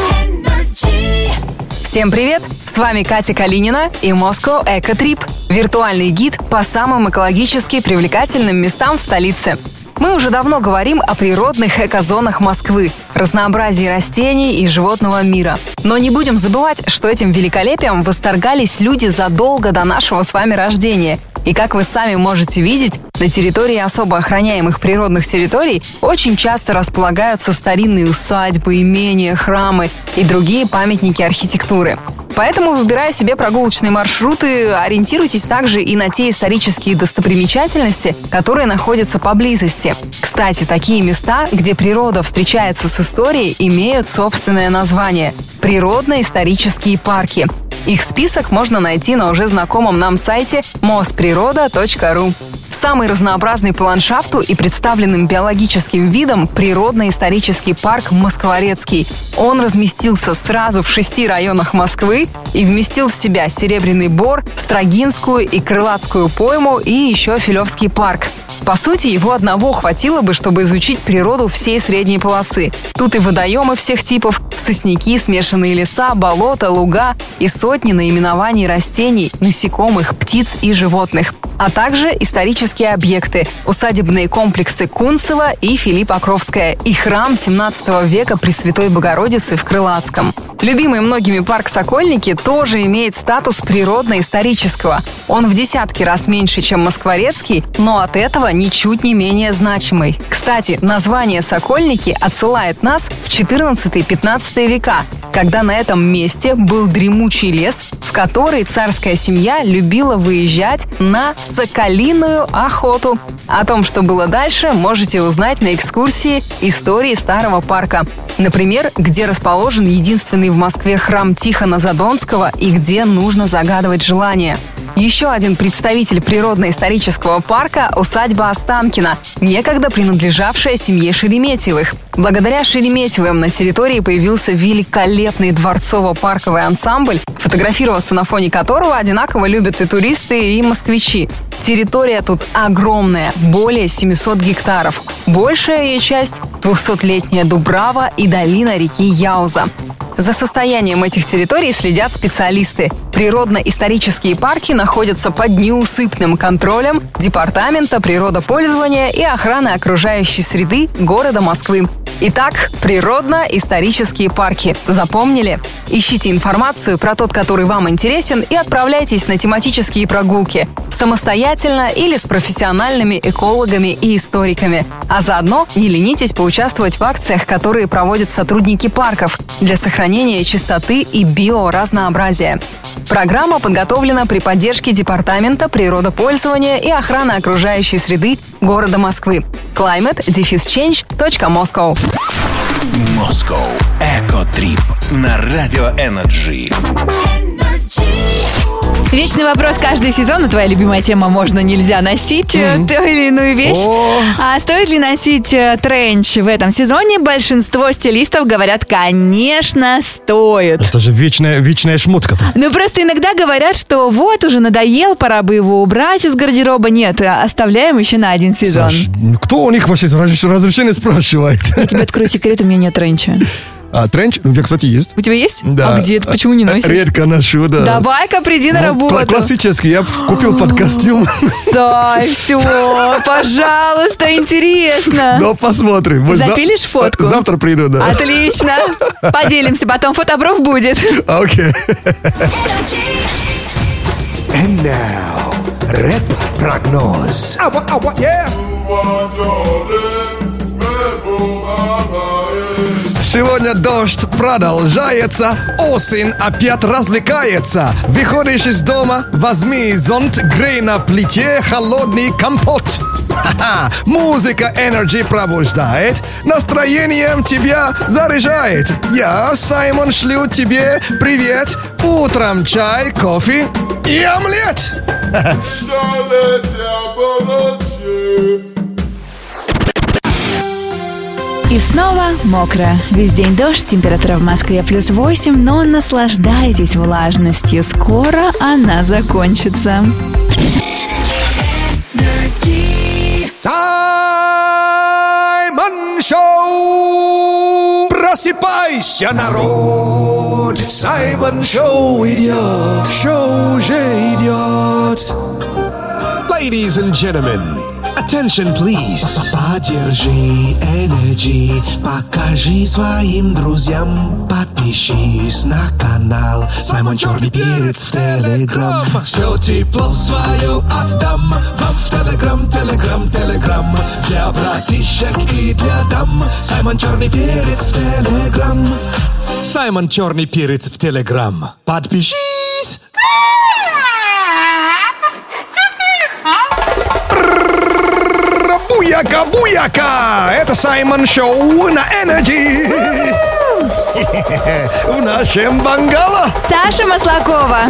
Всем привет! С вами Катя Калинина и Moscow Эко-трип. Виртуальный гид по самым экологически привлекательным местам в столице. Мы уже давно говорим о природных экозонах Москвы, разнообразии растений и животного мира. Но не будем забывать, что этим великолепием восторгались люди задолго до нашего с вами рождения. И как вы сами можете видеть, на территории особо охраняемых природных территорий очень часто располагаются старинные усадьбы, имения, храмы и другие памятники архитектуры. Поэтому, выбирая себе прогулочные маршруты, ориентируйтесь также и на те исторические достопримечательности, которые находятся поблизости. Кстати, такие места, где природа встречается с историей, имеют собственное название – природно-исторические парки. Их список можно найти на уже знакомом нам сайте мосприрода точка ру. Самый разнообразный по ландшафту и представленным биологическим видом природно-исторический парк Москворецкий. Он разместился сразу в шести районах Москвы и вместил в себя Серебряный Бор, Строгинскую и Крылатскую пойму и еще Филевский парк. По сути, его одного хватило бы, чтобы изучить природу всей средней полосы. Тут и водоемы всех типов, сосняки, смешанные леса, болота, луга и сотни наименований растений, насекомых, птиц и животных. А также исторические объекты, усадебные комплексы Кунцево и Филипп Покровская и храм семнадцатого века Пресвятой Богородицы в Крылатском. Любимый многими парк Сокольники тоже имеет статус природно-исторического. Он в десятки раз меньше, чем Москворецкий, но от этого ничуть не менее значимый. Кстати, название Сокольники отсылает нас в четырнадцатый-пятнадцатый века, когда на этом месте был дремучий лес, в который царская семья любила выезжать на соколиную охоту. О том, что было дальше, можете узнать на экскурсии истории старого парка. Например, где расположен единственный в Москве храм Тихона Задонского и где нужно загадывать желание. Еще один представитель природно-исторического парка – усадьба Останкино, некогда принадлежавшая семье Шереметьевых. Благодаря Шереметьевым на территории появился великолепный дворцово-парковый ансамбль, фотографироваться на фоне которого одинаково любят и туристы, и москвичи. Территория тут огромная, более семьсот гектаров. Большая ее часть – двухсотлетняя Дубрава и долина реки Яуза. За состоянием этих территорий следят специалисты. Природно-исторические парки находятся под неусыпным контролем Департамента природопользования и охраны окружающей среды города Москвы. Итак, природно-исторические парки. Запомнили? Ищите информацию про тот, который вам интересен, и отправляйтесь на тематические прогулки. Самостоятельно или с профессиональными экологами и историками. А заодно не ленитесь поучаствовать в акциях, которые проводят сотрудники парков для сохранения чистоты и биоразнообразия. Программа подготовлена при поддержке Департамента природопользования и охраны окружающей среды города Москвы. climate dash change точка moscow. Moscow Эко-трип на Радио Энерджи. Вечный вопрос каждый сезон. Ну, твоя любимая тема «можно, нельзя носить» mm-hmm. ту или иную вещь. Oh. А стоит ли носить э, тренч в этом сезоне? Большинство стилистов говорят, конечно, стоит. Это же вечная, вечная шмотка. Ну, просто иногда говорят, что вот, уже надоел, пора бы его убрать из гардероба. Нет, оставляем еще на один сезон. Саш, кто у них вообще разрешение спрашивает? Я тебе открою секрет, у меня нет тренча. А тренч? У меня, кстати, есть. У тебя есть? Да. А где ты? Почему не носишь? Редко ношу, да. Давай-ка, приди на работу. Классический. Я купил под костюм. Сай, все, пожалуйста, интересно. Ну, посмотрим. Запилишь фотку? Завтра приду, да. Отлично. Поделимся, потом фотобров будет. Окей. And now, рэп-прогноз. Сегодня дождь продолжается, осень опять развлекается. Выходишь из дома, возьми зонт, грей на плите холодный компот. Ха-ха. Музыка Energy пробуждает, настроением тебя заряжает. Я, Саймон, шлю тебе привет. Утром чай, кофе и омлет. И снова мокро. Весь день дождь, температура в Москве плюс восемь, но наслаждайтесь влажностью. Скоро она закончится. Саймон Шоу! Просыпайся, народ! Саймон Шоу идет! Шоу уже идет! Ladies and gentlemen, attention please! Поддержи Energy, покажи своим друзьям, подпишись на канал Саймон Черный Перец в Телеграм. Все тепло свое отдам вам в Телеграм, Телеграм, Телеграм. Для братишек и для дам Саймон Черный Перец в Телеграм. Саймон Черный Перец в Телеграм. Подпишись! Буяка, буяка! Это Саймон Шоу на Energy. В нашем бангало. Саша Маслакова.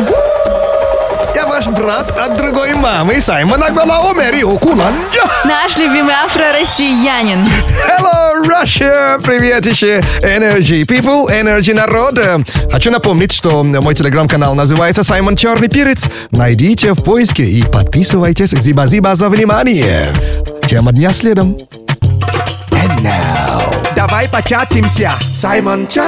Я ваш брат от другой мамы, Саймон Акбалаомери Окуланджа. Наш любимый афро-россиянин. Hello, Russia! Привет еще, Energy People, Energy народ. Хочу напомнить, что мой телеграм-канал называется Саймон Черный Перец. Найдите в поиске и подписывайтесь. Зиба-зиба за внимание. Тема дня следом. And now, давай початимся. Саймон Чат.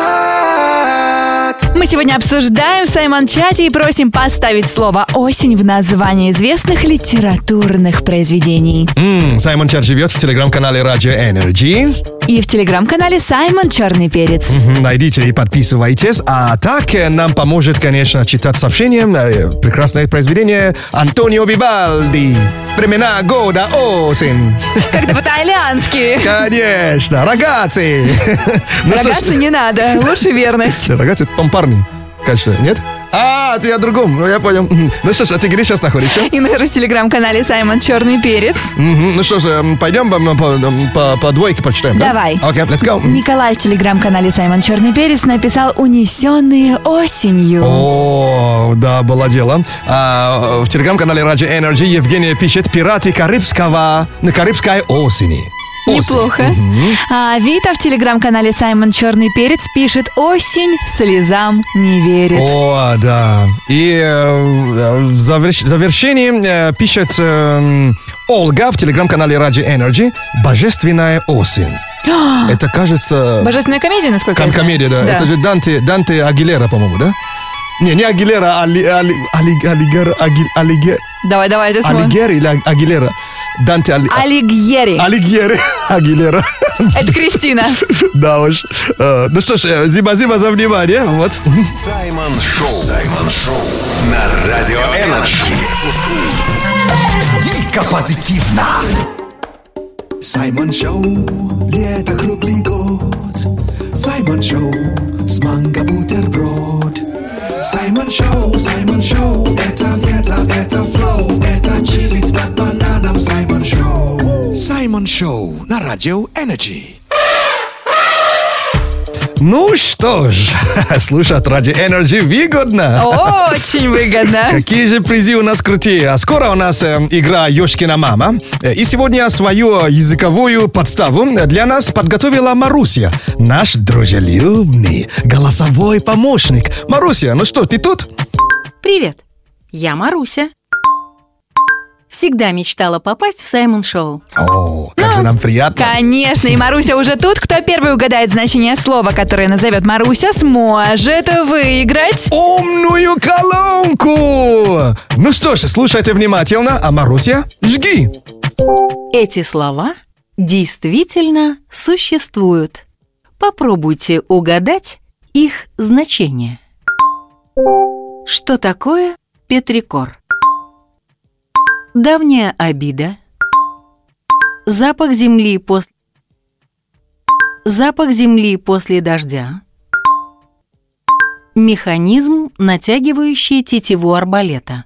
Мы сегодня обсуждаем в Саймон-чате и просим поставить слово «осень» в название известных литературных произведений. Mm, Саймон Чат живет в телеграм-канале Радио Energy. И в телеграм-канале Саймон Черный Перец. Mm-hmm, найдите и подписывайтесь. А так нам поможет, конечно, читать сообщения. Прекрасное произведение Антонио Вивальди. Времена года осень. Как-то по-итальянски. Конечно, рогатцы. Рогатцы не надо, лучше верность. Рогатцы это парни, кажется, нет? А, ты о другом, ну я понял. Ну что ж, а ты где сейчас находишься? И нахожусь в телеграм-канале Саймон Черный Перец. Mm-hmm. Ну что ж, пойдем по, по, по, по двойке прочитаем, да? Давай. Окей, okay, let's go. Николай в телеграм-канале Саймон Черный Перец написал «Унесенные осенью». О, да, было дело. А, в телеграм-канале Радио Energy Евгения пишет «Пираты Карибского на Карибской осени». Неплохо. Угу. А Вита в телеграм-канале Саймон Черный Перец пишет «Осень слезам не верит». О, да. И э, в заверш... завершении э, пишет э, Ольга в телеграм-канале Радио Energy «Божественная осень». Это, кажется... Божественная комедия, насколько я знаю. Комедия, да. да. Это же Данте, Данте Агилера, по-моему, да? Не, не Агилера, а Али, Али, Али, Алигер, Аги, Алигер. Давай, давай, это смотрим. Алигер или Агилера? Данте Али... Алигьери. Алигьери, Агилера. Это Кристина. Да уж. Ну что ж, зиба-зиба за внимание. Вот. Саймон Шоу. Саймон Шоу. На Радио Энерджи. Дико позитивно. Саймон Шоу. Лето круглый год. Саймон Шоу. С манго бутерброд. Саймон Шоу, Саймон Шоу. Это лето, это флоу. Это чилит под бананом. Саймон Шоу. Саймон Шоу на Радио Энерджи. Ну что ж, слушать Радио Energy выгодно. Очень выгодно. Какие же призы у нас крутые. А скоро у нас э, игра «Ёшкина мама». И сегодня свою языковую подставу для нас подготовила Маруся, наш дружелюбный голосовой помощник. Маруся, ну что, ты тут? Привет, я Маруся. Всегда мечтала попасть в Саймон Шоу. О, как же нам приятно. Конечно, и Маруся уже тут. Кто первый угадает значение слова, которое назовет Маруся, сможет выиграть умную колонку. Ну что ж, слушайте внимательно, а Маруся, жги. Эти слова действительно существуют. Попробуйте угадать их значение. Что такое петрикор? Давняя обида. Запах земли после... Запах земли после дождя. Механизм, натягивающий тетиву арбалета.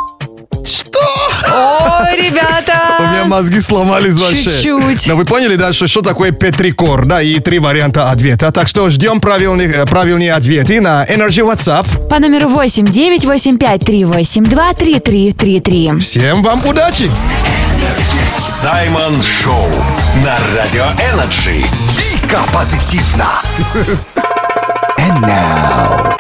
Ой, ребята! У меня мозги сломались вообще. Чуть-чуть. Но вы поняли, да, что, что такое петрикор, да, и три варианта ответа. Так что ждем правильных, правильные ответы на Energy WhatsApp. По номеру восемь девять восемь пять три восемь два три три три три. Всем вам удачи! Саймон Шоу на Радио Energy. Дико позитивно. And now.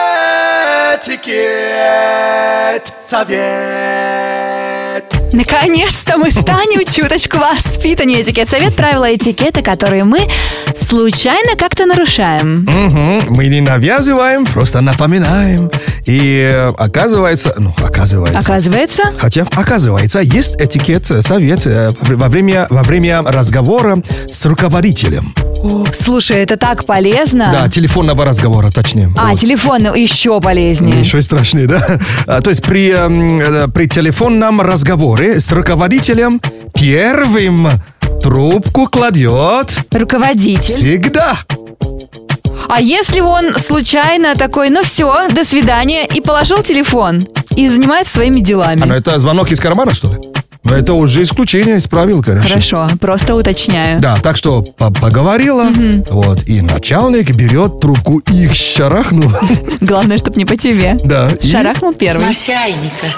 Этикет. Совет. Наконец-то мы станем чуточку воспитаннее. Этикет совет, правила этикета, которые мы случайно как-то нарушаем. Угу. Мы не навязываем, просто напоминаем. И э, оказывается, ну, оказывается. Оказывается? Хотя, оказывается, есть этикет совет э, во время, во время разговора с руководителем. О, слушай, это так полезно. Да, телефонного разговора, точнее. А, Вот. телефон еще полезнее. Еще и страшнее, да? А, то есть при, э, при телефонном разговоре с руководителем первым трубку кладет... Руководитель. Всегда. А если он случайно такой, ну все, до свидания, и положил телефон, и занимается своими делами? А, ну это звонок из кармана, что ли? Ну это уже исключение из правил, конечно. Хорошо, просто уточняю. Да, так что по- поговорила, Мгм. вот, и начальник берет трубку и их шарахнул. Главное, чтобы не по тебе. Да. и- Шарахнул первый. Чайника.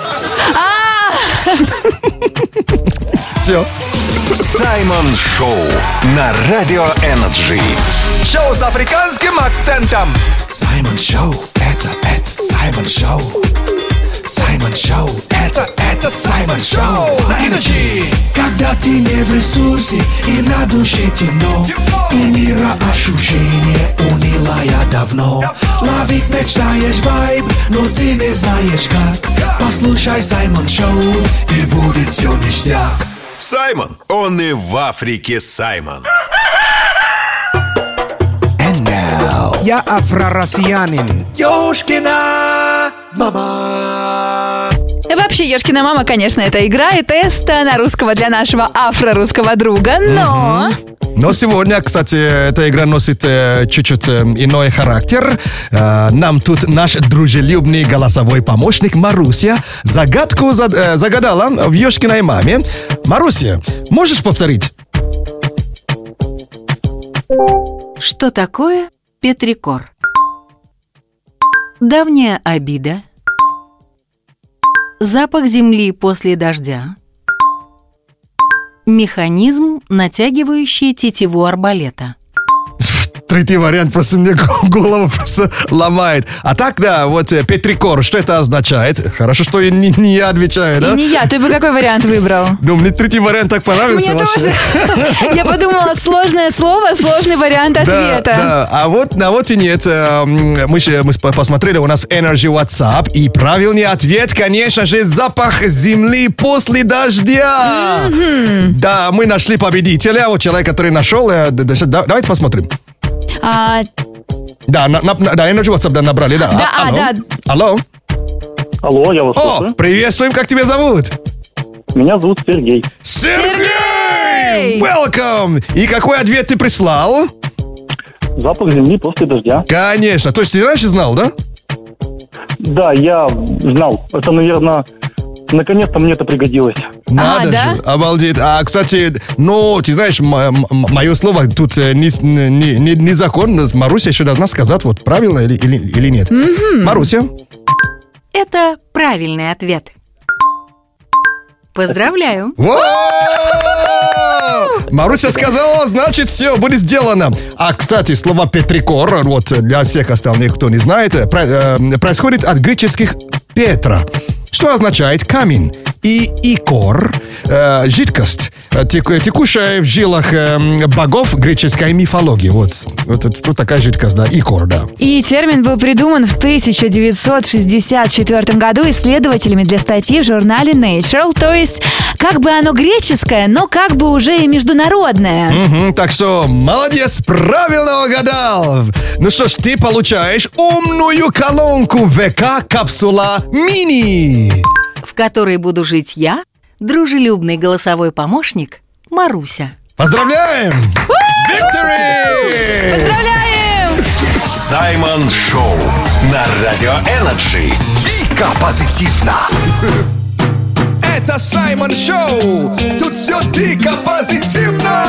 Все. Саймон Шоу на Радио Energy. Шоу с африканским акцентом. Саймон Шоу, это, это Саймон Шоу. Саймон Шоу, это, это Саймон Шоу на Energy. Когда ты не в ресурсе и на душе темно, и мира ощущение унила я давно. Ловить мечтаешь вайб, но ты не знаешь как. Послушай Саймон Шоу, и будет все ништяк. Саймон, он и в Африке Саймон. Я афро-россиянин. Ёшкина мама. И вообще, Ёшкина мама, конечно, это игра и тест на русского для нашего афро-русского друга, но... Но сегодня, кстати, эта игра носит э, чуть-чуть э, иной характер. Э, нам тут наш дружелюбный голосовой помощник Маруся загадку за- э, загадала в Ёшкиной маме. Маруся, можешь повторить? Что такое петрикор? Давняя обида. Запах земли после дождя. Механизм, натягивающий тетиву арбалета. Третий вариант просто мне голову просто ломает. А так, да, вот э, петрикор, что это означает? Хорошо, что и не, не я отвечаю, да? И не я, ты бы какой вариант выбрал? Ну, мне третий вариант так понравился. Мне вообще. тоже. Я подумала, сложное слово, сложный вариант Да, ответа. да. А вот, а вот и нет. Э, Мы, же- мы спо- посмотрели у нас в Energy WhatsApp, и правильный ответ, конечно же, запах земли после дождя. Да, мы нашли победителя, вот человек, который нашел. э, д- д- да- Давайте посмотрим. А, Да, на- на- на- да, Energy WhatsApp да, набрали, да. Да, А- а, алло? да. Алло. Алло, я вас О, слушаю. приветствуем, как тебя зовут? Меня зовут Сергей. Сергей! Welcome! И какой ответ ты прислал? Запах земли после дождя. Конечно. То есть ты раньше знал, да? Да, я знал. Это, наверное, наконец-то мне это пригодилось. Надо же, обалдеть. А, кстати, ну, ты знаешь, мое слово тут э, не, не, не, не закон. Маруся еще должна сказать, вот правильно или, или, или нет. Мгм. Маруся? Это правильный ответ. Поздравляю. Маруся сказала, значит, все, будет сделано. А, кстати, слово «петрикор», вот для всех остальных, кто не знает, э, про- э, происходит от греческих «петра», что означает камень. И икор, э, жидкость, э, тек- текущая в жилах э, богов греческой мифологии. Вот, вот это вот такая жидкость, да, икор, да. И термин был придуман в тысяча девятьсот шестьдесят четвёртом году исследователями для статьи в журнале Nature. То есть, как бы оно греческое, но как бы уже и международное. Мгм, так что молодец, правильно угадал. Ну что ж, ты получаешь умную колонку ВК Капсула Мини. В которой буду жить я, дружелюбный голосовой помощник Маруся. Поздравляем! Victory! Поздравляем! Саймон Шоу на Радио Энерджи. Дико позитивно. Это Саймон Шоу. Тут все дико позитивно.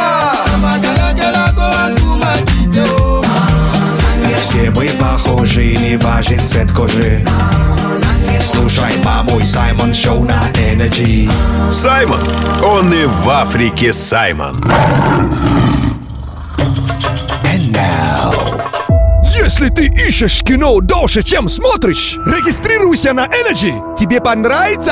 Все мы похожи, не важен цвет кожи. Слушай, мамой, Саймон Шоу на Энерджи. Саймон. Он и в Африке Саймон. And now. Если ты ищешь кино дольше, чем смотришь, регистрируйся на Energy. Тебе понравится?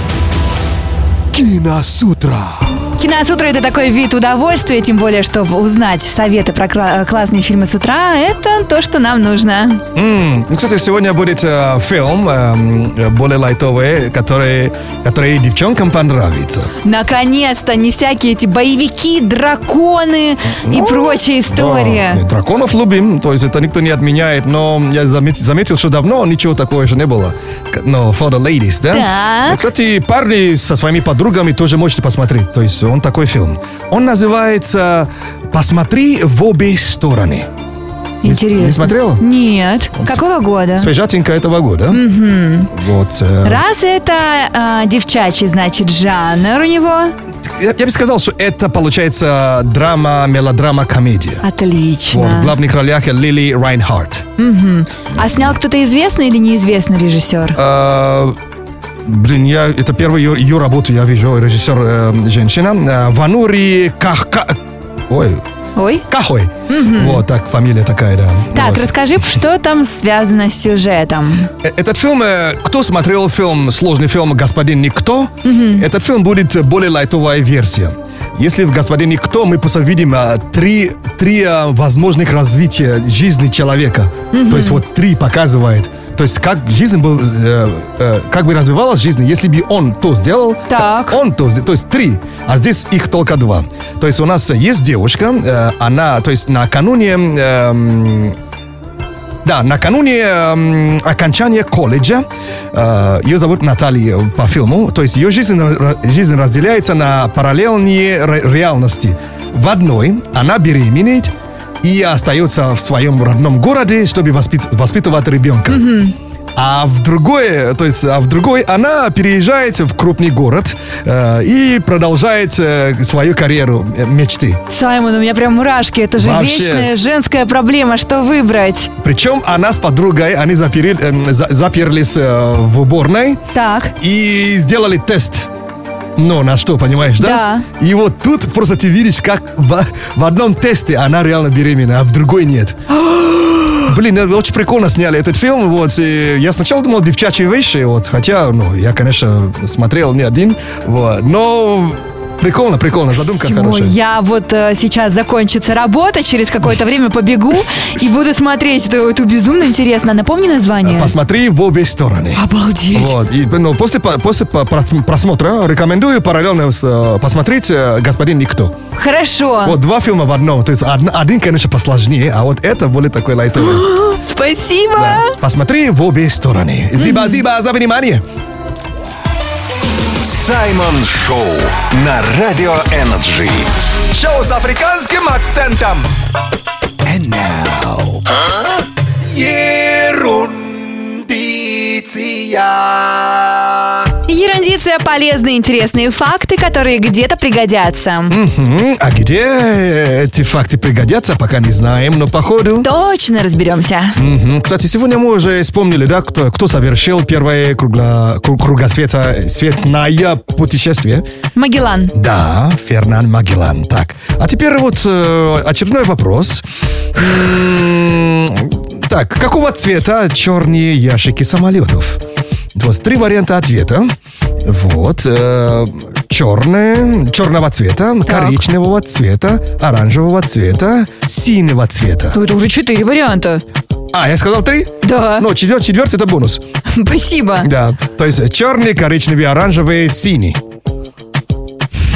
Киносутра. Киносутра — это такой вид удовольствия, тем более, чтобы узнать советы про кла- классные фильмы с утра, это то, что нам нужно. М, Ну, кстати, сегодня будет э, фильм э, более лайтовый, который, который девчонкам понравится. Наконец-то, не всякие эти боевики, драконы и прочая история. Да, драконов любим, то есть это никто не отменяет, но я заметил, заметил, что давно ничего такого еще не было. Но for the ladies, да? Так. И, кстати, парни со своими подругами тоже можете посмотреть. То есть он такой фильм. Он называется «Посмотри в обе стороны». Интересно. Не, не смотрела? Нет. Какого года? Свежатенько этого года. Мгм. Вот. э, Раз это а, девчачий, значит, жанр у него. я, я бы сказал, что это получается драма, мелодрама, комедия. Отлично. Вот, в главных ролях Лили Райнхарт. Мгм. А снял кто-то известный или неизвестный режиссер? Э, Блин, я, это первая ее, ее работа, я вижу, режиссер э, женщина. Э, Ванури Кахка... Ой. Ой. Кахой. Мгм. Вот так, фамилия такая, да. Так, Вот. расскажи, что там связано с сюжетом. Э, Этот фильм, э, кто смотрел фильм, сложный фильм «Господин Никто», этот фильм будет более лайтовая версия. Если в «Господин Никто» мы просто видим а, три, три а, возможных развития жизни человека. Мгм. То есть вот три показывает. То есть как жизнь был, э, э, как бы развивалась жизнь, если бы он то сделал, так. он то сделал. То есть три, а здесь их только два. То есть у нас есть девушка, э, она, то есть накануне... эм, Да, накануне эм, окончания колледжа, э, ее зовут Наталья по фильму, то есть ее жизнь, ра- жизнь разделяется на параллельные ре- реальности. В одной она беременеет и остается в своем родном городе, чтобы воспит- воспитывать ребенка. А в другой, то есть, а в другой она переезжает в крупный город э, и продолжает э, свою карьеру э, мечты. Саймон, у меня прям мурашки. Это же Вообще. вечная женская проблема. Что выбрать? Причем она с подругой, они запери- эм, за- заперлись э, в уборной Так. и сделали тест. Ну, на что, понимаешь, да? Да. И вот тут просто ты видишь, как в, в одном тесте она реально беременна, а в другой нет. Блин, э, очень прикольно сняли этот фильм. Вот, и я сначала думал, девчачьи вещи, вот, хотя, ну, я, конечно, смотрел не один, вот, но прикольно, прикольно, задумка Всё, хорошая. я вот э, сейчас закончится работа, через какое-то время побегу и буду смотреть. Это, это безумно интересно. Напомни название. Посмотри в обе стороны. Обалдеть. Вот, и, ну, после, по- после по- прос- просмотра рекомендую параллельно э, посмотреть э, «Господин Никто». Хорошо. Вот два фильма в одном. То есть од- один, конечно, посложнее, а вот это более такой лайтовый. Спасибо. Посмотри в обе стороны. Зиба-зиба за внимание. Саймон Шоу на Радио Энерджи. Шоу с африканским акцентом. And now. Ерундиция. Ерундиция — полезные, интересные факты, которые где-то пригодятся. Мгм. А где эти факты пригодятся, пока не знаем, но походу... Точно разберемся. Мгм. Кстати, сегодня мы уже вспомнили, да, кто, кто совершил первое кругло, кру- кругосвета, светное путешествие. Магеллан. Да, Фернан Магеллан. Так, а теперь вот э, очередной вопрос. М, Так, какого цвета черные ящики самолетов? Вот три варианта ответа. Вот, э, черные, черного цвета, коричневого цвета, оранжевого цвета, синего цвета. Ну, это уже четыре варианта. А, я сказал три? Да. Ну, четвертый, четвертый это бонус. Спасибо. Да, то есть черный, коричневый, оранжевый, синий.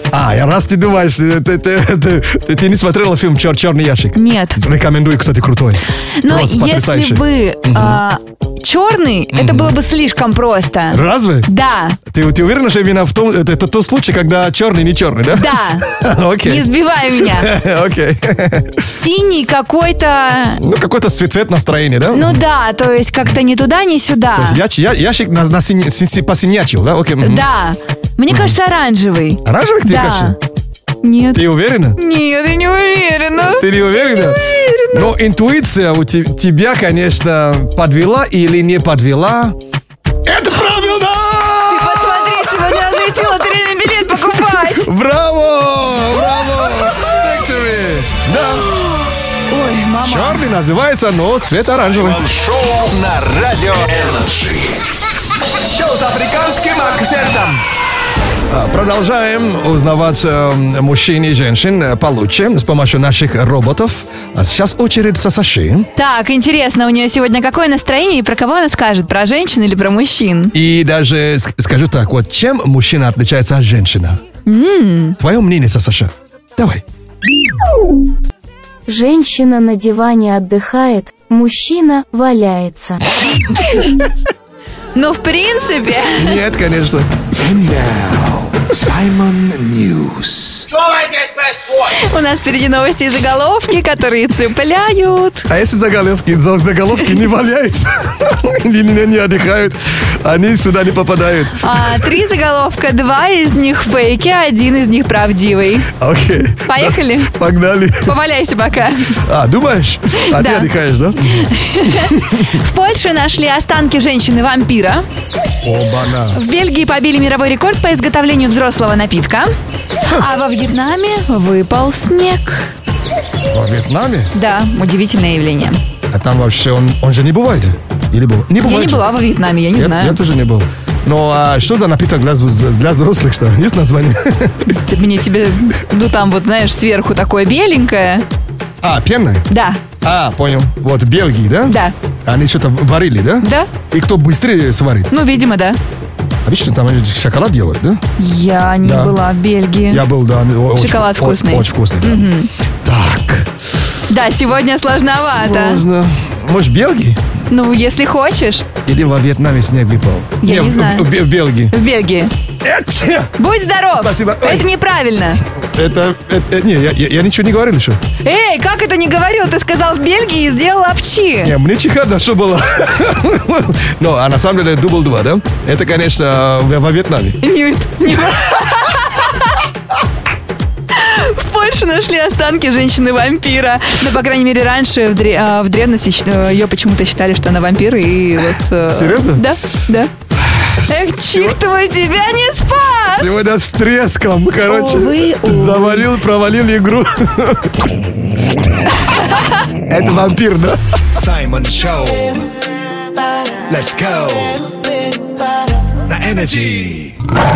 А, я раз ты думаешь, ты, ты, ты, ты, ты не смотрела фильм «Чер, «Черный ящик»? Нет. Рекомендую, кстати, крутой. Но Просто если потрясающий. бы а, черный, это было бы слишком просто. Разве? Да. Ты, ты уверена, что именно в том, это, это тот случай, когда черный не черный, да? Да. Окей. Не сбивай меня. Окей. Синий какой-то... Ну, какой-то цвет, цвет настроения, да? Ну да, то есть как-то ни туда, ни сюда. То есть я, я, ящик на, на сине- си- си- посинячил, да? Окей. мгм. Да. Мне кажется, оранжевый. Оранжевый, тебе Да. кажется? Нет. Ты уверена? Нет, я не уверена. Ты не уверена? Но интуиция у те- тебя, конечно, подвела или не подвела. Это правильно! Ты посмотри, сегодня я зайти лотерейный билет покупать. Браво! Браво! Victory! Да. Ой, мама. Черный называется, но цвет оранжевый. Шоу на Радио Энерджи. Шоу с африканским акцентом. А, Продолжаем узнавать э, мужчин и женщин э, получше с помощью наших роботов. А сейчас очередь Сасаши. Так, интересно, у нее сегодня какое настроение и про кого она скажет? Про женщин или про мужчин? И даже ск- скажу так, вот чем мужчина отличается от женщины? М. Твое мнение, Сасаша? Давай. Женщина на диване отдыхает, мужчина валяется. Ну, в принципе. Нет, конечно. Simon News. У нас впереди новости и заголовки, которые цепляют. А если заголовки, за- заголовки не валяются, не, не, не отдыхают, они сюда не попадают. А, три заголовка, два из них фейки, один из них правдивый. Окей. Поехали? Погнали. Поваляйся пока. А, думаешь? А ты Да. отдыхаешь, да? В Польше нашли останки женщины-вампира. Оба-на. В Бельгии побили мировой рекорд по изготовлению взрослого напитка. А во Вьетнаме выпал снег. Во Вьетнаме? Да, удивительное явление. А там вообще он, он же не бывает? Или был? Не Я бывает не же? была во Вьетнаме, я не я, знаю. Я тоже не был. Ну, а что за напиток для, для взрослых, что? Есть название? Ты мне тебе, ну там вот, знаешь, сверху такое беленькое. А, пенное? Да. А, понял. Вот в Бельгии, да? Да. Они что-то варили, да? Да. И кто быстрее сварит? Ну, видимо, да. Обычно там они шоколад делают, да? Я не Да. была в Бельгии. Я был, да. о- очень- Шоколад о- вкусный. Очень вкусный, да. Мгм. Так, Да, сегодня сложновато. сложно. Может, в Бельгии? Ну, если хочешь. Или во Вьетнаме снег выпал? Я не в- знаю. В, в Бельгии. В Бельгии. Этче! Будь здоров. Спасибо. Ой. Это неправильно. Это, это- не, я, я- я ничего не говорил еще. Эй, как это не говорил? Ты сказал в Бельгии и сделал апчи. Не, мне чихать что было. Ну, а на самом деле дубль два, да? Это, конечно, во во Вьетнаме. Нет, не В Польше нашли останки женщины-вампира. Ну, по крайней мере, раньше в, дре- а, в древности щ- ее почему-то считали, что она вампир. И вот... э, Серьезно? Да, да. Эх, чик твой тебя не спас! Сегодня с треском, короче, Увы, увы. завалил, провалил игру. Это вампир, да? Simon Show. Let's go. На Energy.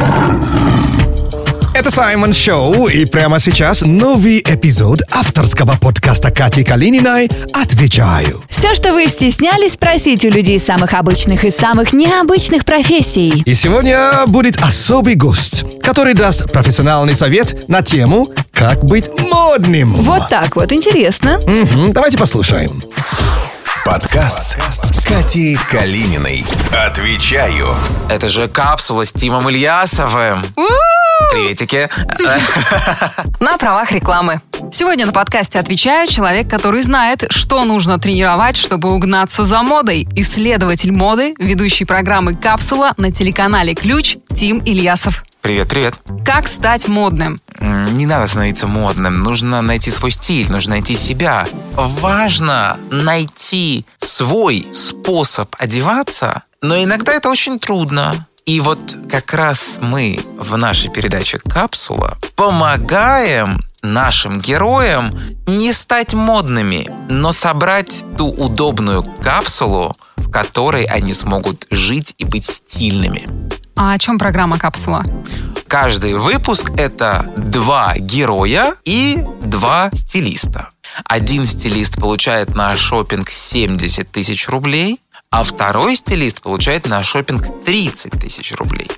Это Саймон Шоу, и прямо сейчас новый эпизод авторского подкаста Кати Калининой «Отвечаю». Все, что вы стеснялись спросить у людей самых обычных и самых необычных профессий. И сегодня будет особый гость, который даст профессиональный совет на тему «Как быть модным». Вот так вот, интересно. Мгм, давайте послушаем. Подкаст Кати Калининой. Отвечаю. Это же капсула с Тимом Ильясовым. Приветики. На правах рекламы. Сегодня на подкасте «Отвечаю» человек, который знает, что нужно тренировать, чтобы угнаться за модой. Исследователь моды, ведущий программы «Капсула» на телеканале «Ключ» Тим Ильясов. Привет, привет. Как стать модным? М, Не надо становиться модным. Нужно найти свой стиль, нужно найти себя. Важно найти свой способ одеваться, но иногда это очень трудно. И вот как раз мы в нашей передаче «Капсула» помогаем нашим героям не стать модными, но собрать ту удобную капсулу, в которой они смогут жить и быть стильными. А о чем программа «Капсула»? Каждый выпуск — это два героя и два стилиста. Один стилист получает на шопинг семьдесят тысяч рублей, а второй стилист получает на шопинг тридцать тысяч рублей.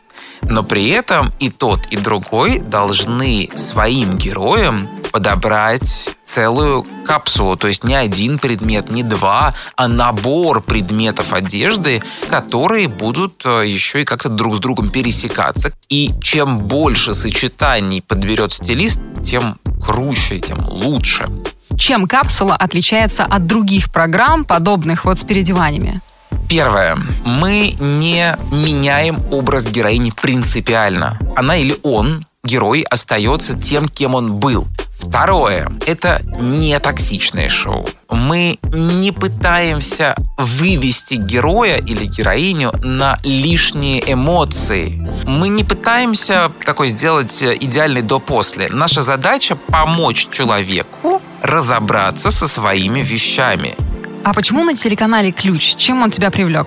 Но при этом и тот, и другой должны своим героям подобрать целую капсулу. То есть не один предмет, не два, а набор предметов одежды, которые будут еще и как-то друг с другом пересекаться. И чем больше сочетаний подберет стилист, тем круче, тем лучше. Чем капсула отличается от других программ, подобных вот с переодеваниями? Первое. Мы не меняем образ героини принципиально. Она или он, герой, остается тем, кем он был. Второе. Это не токсичное шоу. Мы не пытаемся вывести героя или героиню на лишние эмоции. Мы не пытаемся такой сделать идеальный до-после. Наша задача — помочь человеку разобраться со своими вещами. А почему на телеканале «Ключ»? Чем он тебя привлек?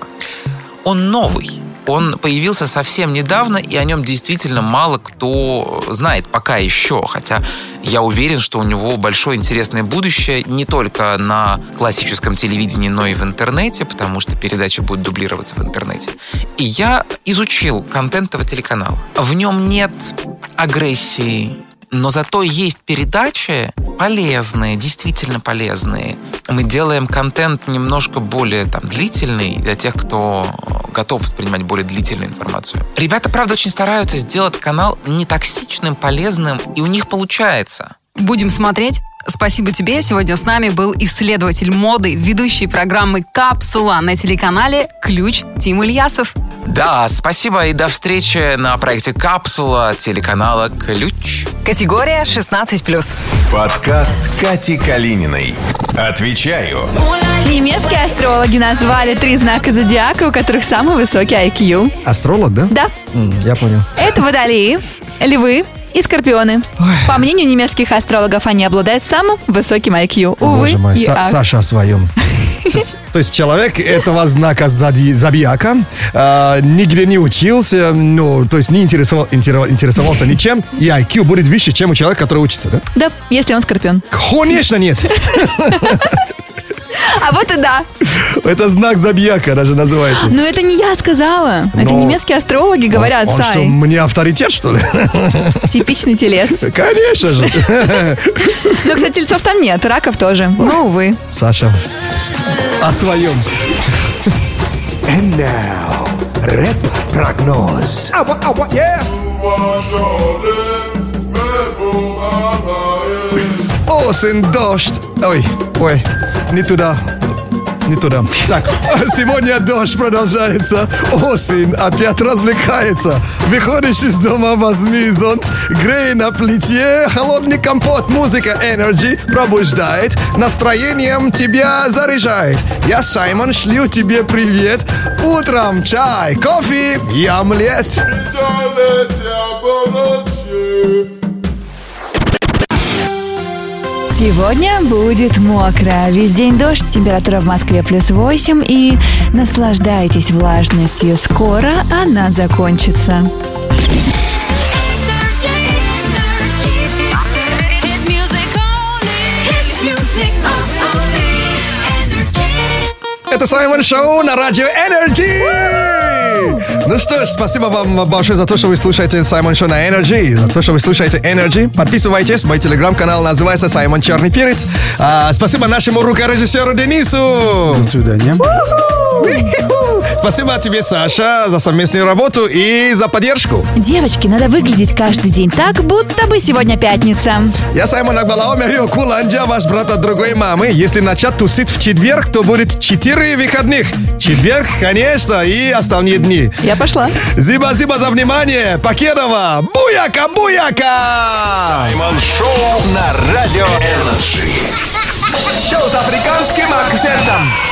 Он новый. Он появился совсем недавно, и о нем действительно мало кто знает пока еще. Хотя я уверен, что у него большое интересное будущее не только на классическом телевидении, но и в интернете, потому что передача будет дублироваться в интернете. И я изучил контент этого телеканала. В нем нет агрессии, но зато есть передачи полезные, действительно полезные. Мы делаем контент немножко более там, длительный для тех, кто готов воспринимать более длительную информацию. Ребята, правда, очень стараются сделать канал нетоксичным, полезным, и у них получается. Будем смотреть. Спасибо тебе. Сегодня с нами был исследователь моды, ведущий программы «Капсула» на телеканале «Ключ» Тим Ильясов. Да, спасибо и до встречи на проекте «Капсула» телеканала «Ключ». Категория шестнадцать плюс. Подкаст Кати Калининой. Отвечаю. Немецкие астрологи назвали три знака зодиака, у которых самый высокий ай кью. Астролог, да? Да. М, я понял. Это водолеи, львы и скорпионы. По мнению немецких астрологов, они обладают самым высоким ай кью. Увы, Боже мой, и Са- ах. Саша о своем. С- То есть человек этого знака зоди- зодиака э, нигде не учился, ну, то есть не интересовал, интеро- интересовался ничем, и ай кью будет выше, чем у человека, который учится, да? Да, если он скорпион. Конечно, нет. А вот и да. Это знак зодиака даже называется. Но это не я сказала. Это Но- немецкие астрологи говорят, Он что, Сай. мне авторитет, что ли? Типичный телец. Конечно же. Но, кстати, тельцов там нет, раков тоже. Ну, увы. Саша, с- с- о своем. And now, рэп-прогноз. Осень, дождь. Ой, ой, не туда. Не туда. Так, сегодня дождь продолжается. Осень опять развлекается. Выходишь из дома, возьми зонт, грей на плите, холодный компот, музыка Energy пробуждает, настроением тебя заряжает. Я, Саймон, шлю тебе привет. Утром чай, кофе и омлет. Сегодня будет мокро. Весь день дождь, температура в Москве плюс восемь. И наслаждайтесь влажностью. Скоро она закончится. Это Саймон Шоу на радио Energy. Ну что ж, спасибо вам большое за то, что вы слушаете Саймон Шоу на Energy, за то, что вы слушаете Energy. Подписывайтесь, мой телеграм-канал называется Саймон Черный Перец. А, спасибо нашему рукорежиссеру Денису. До свидания. Спасибо тебе, Саша, за совместную работу и за поддержку. Девочки, надо выглядеть каждый день так, будто бы сегодня пятница. Я Саймон Акбалаомер, Куланджа, ваш брат от другой мамы. Если начать тусить в четверг, то будет четыре выходных. Четверг, конечно, и остальные дни. Я пошла. Зиба-зиба за внимание. Покедова. Буяка-буяка. Саймон Шоу на Радио Энерджи. Шоу с африканским акцентом.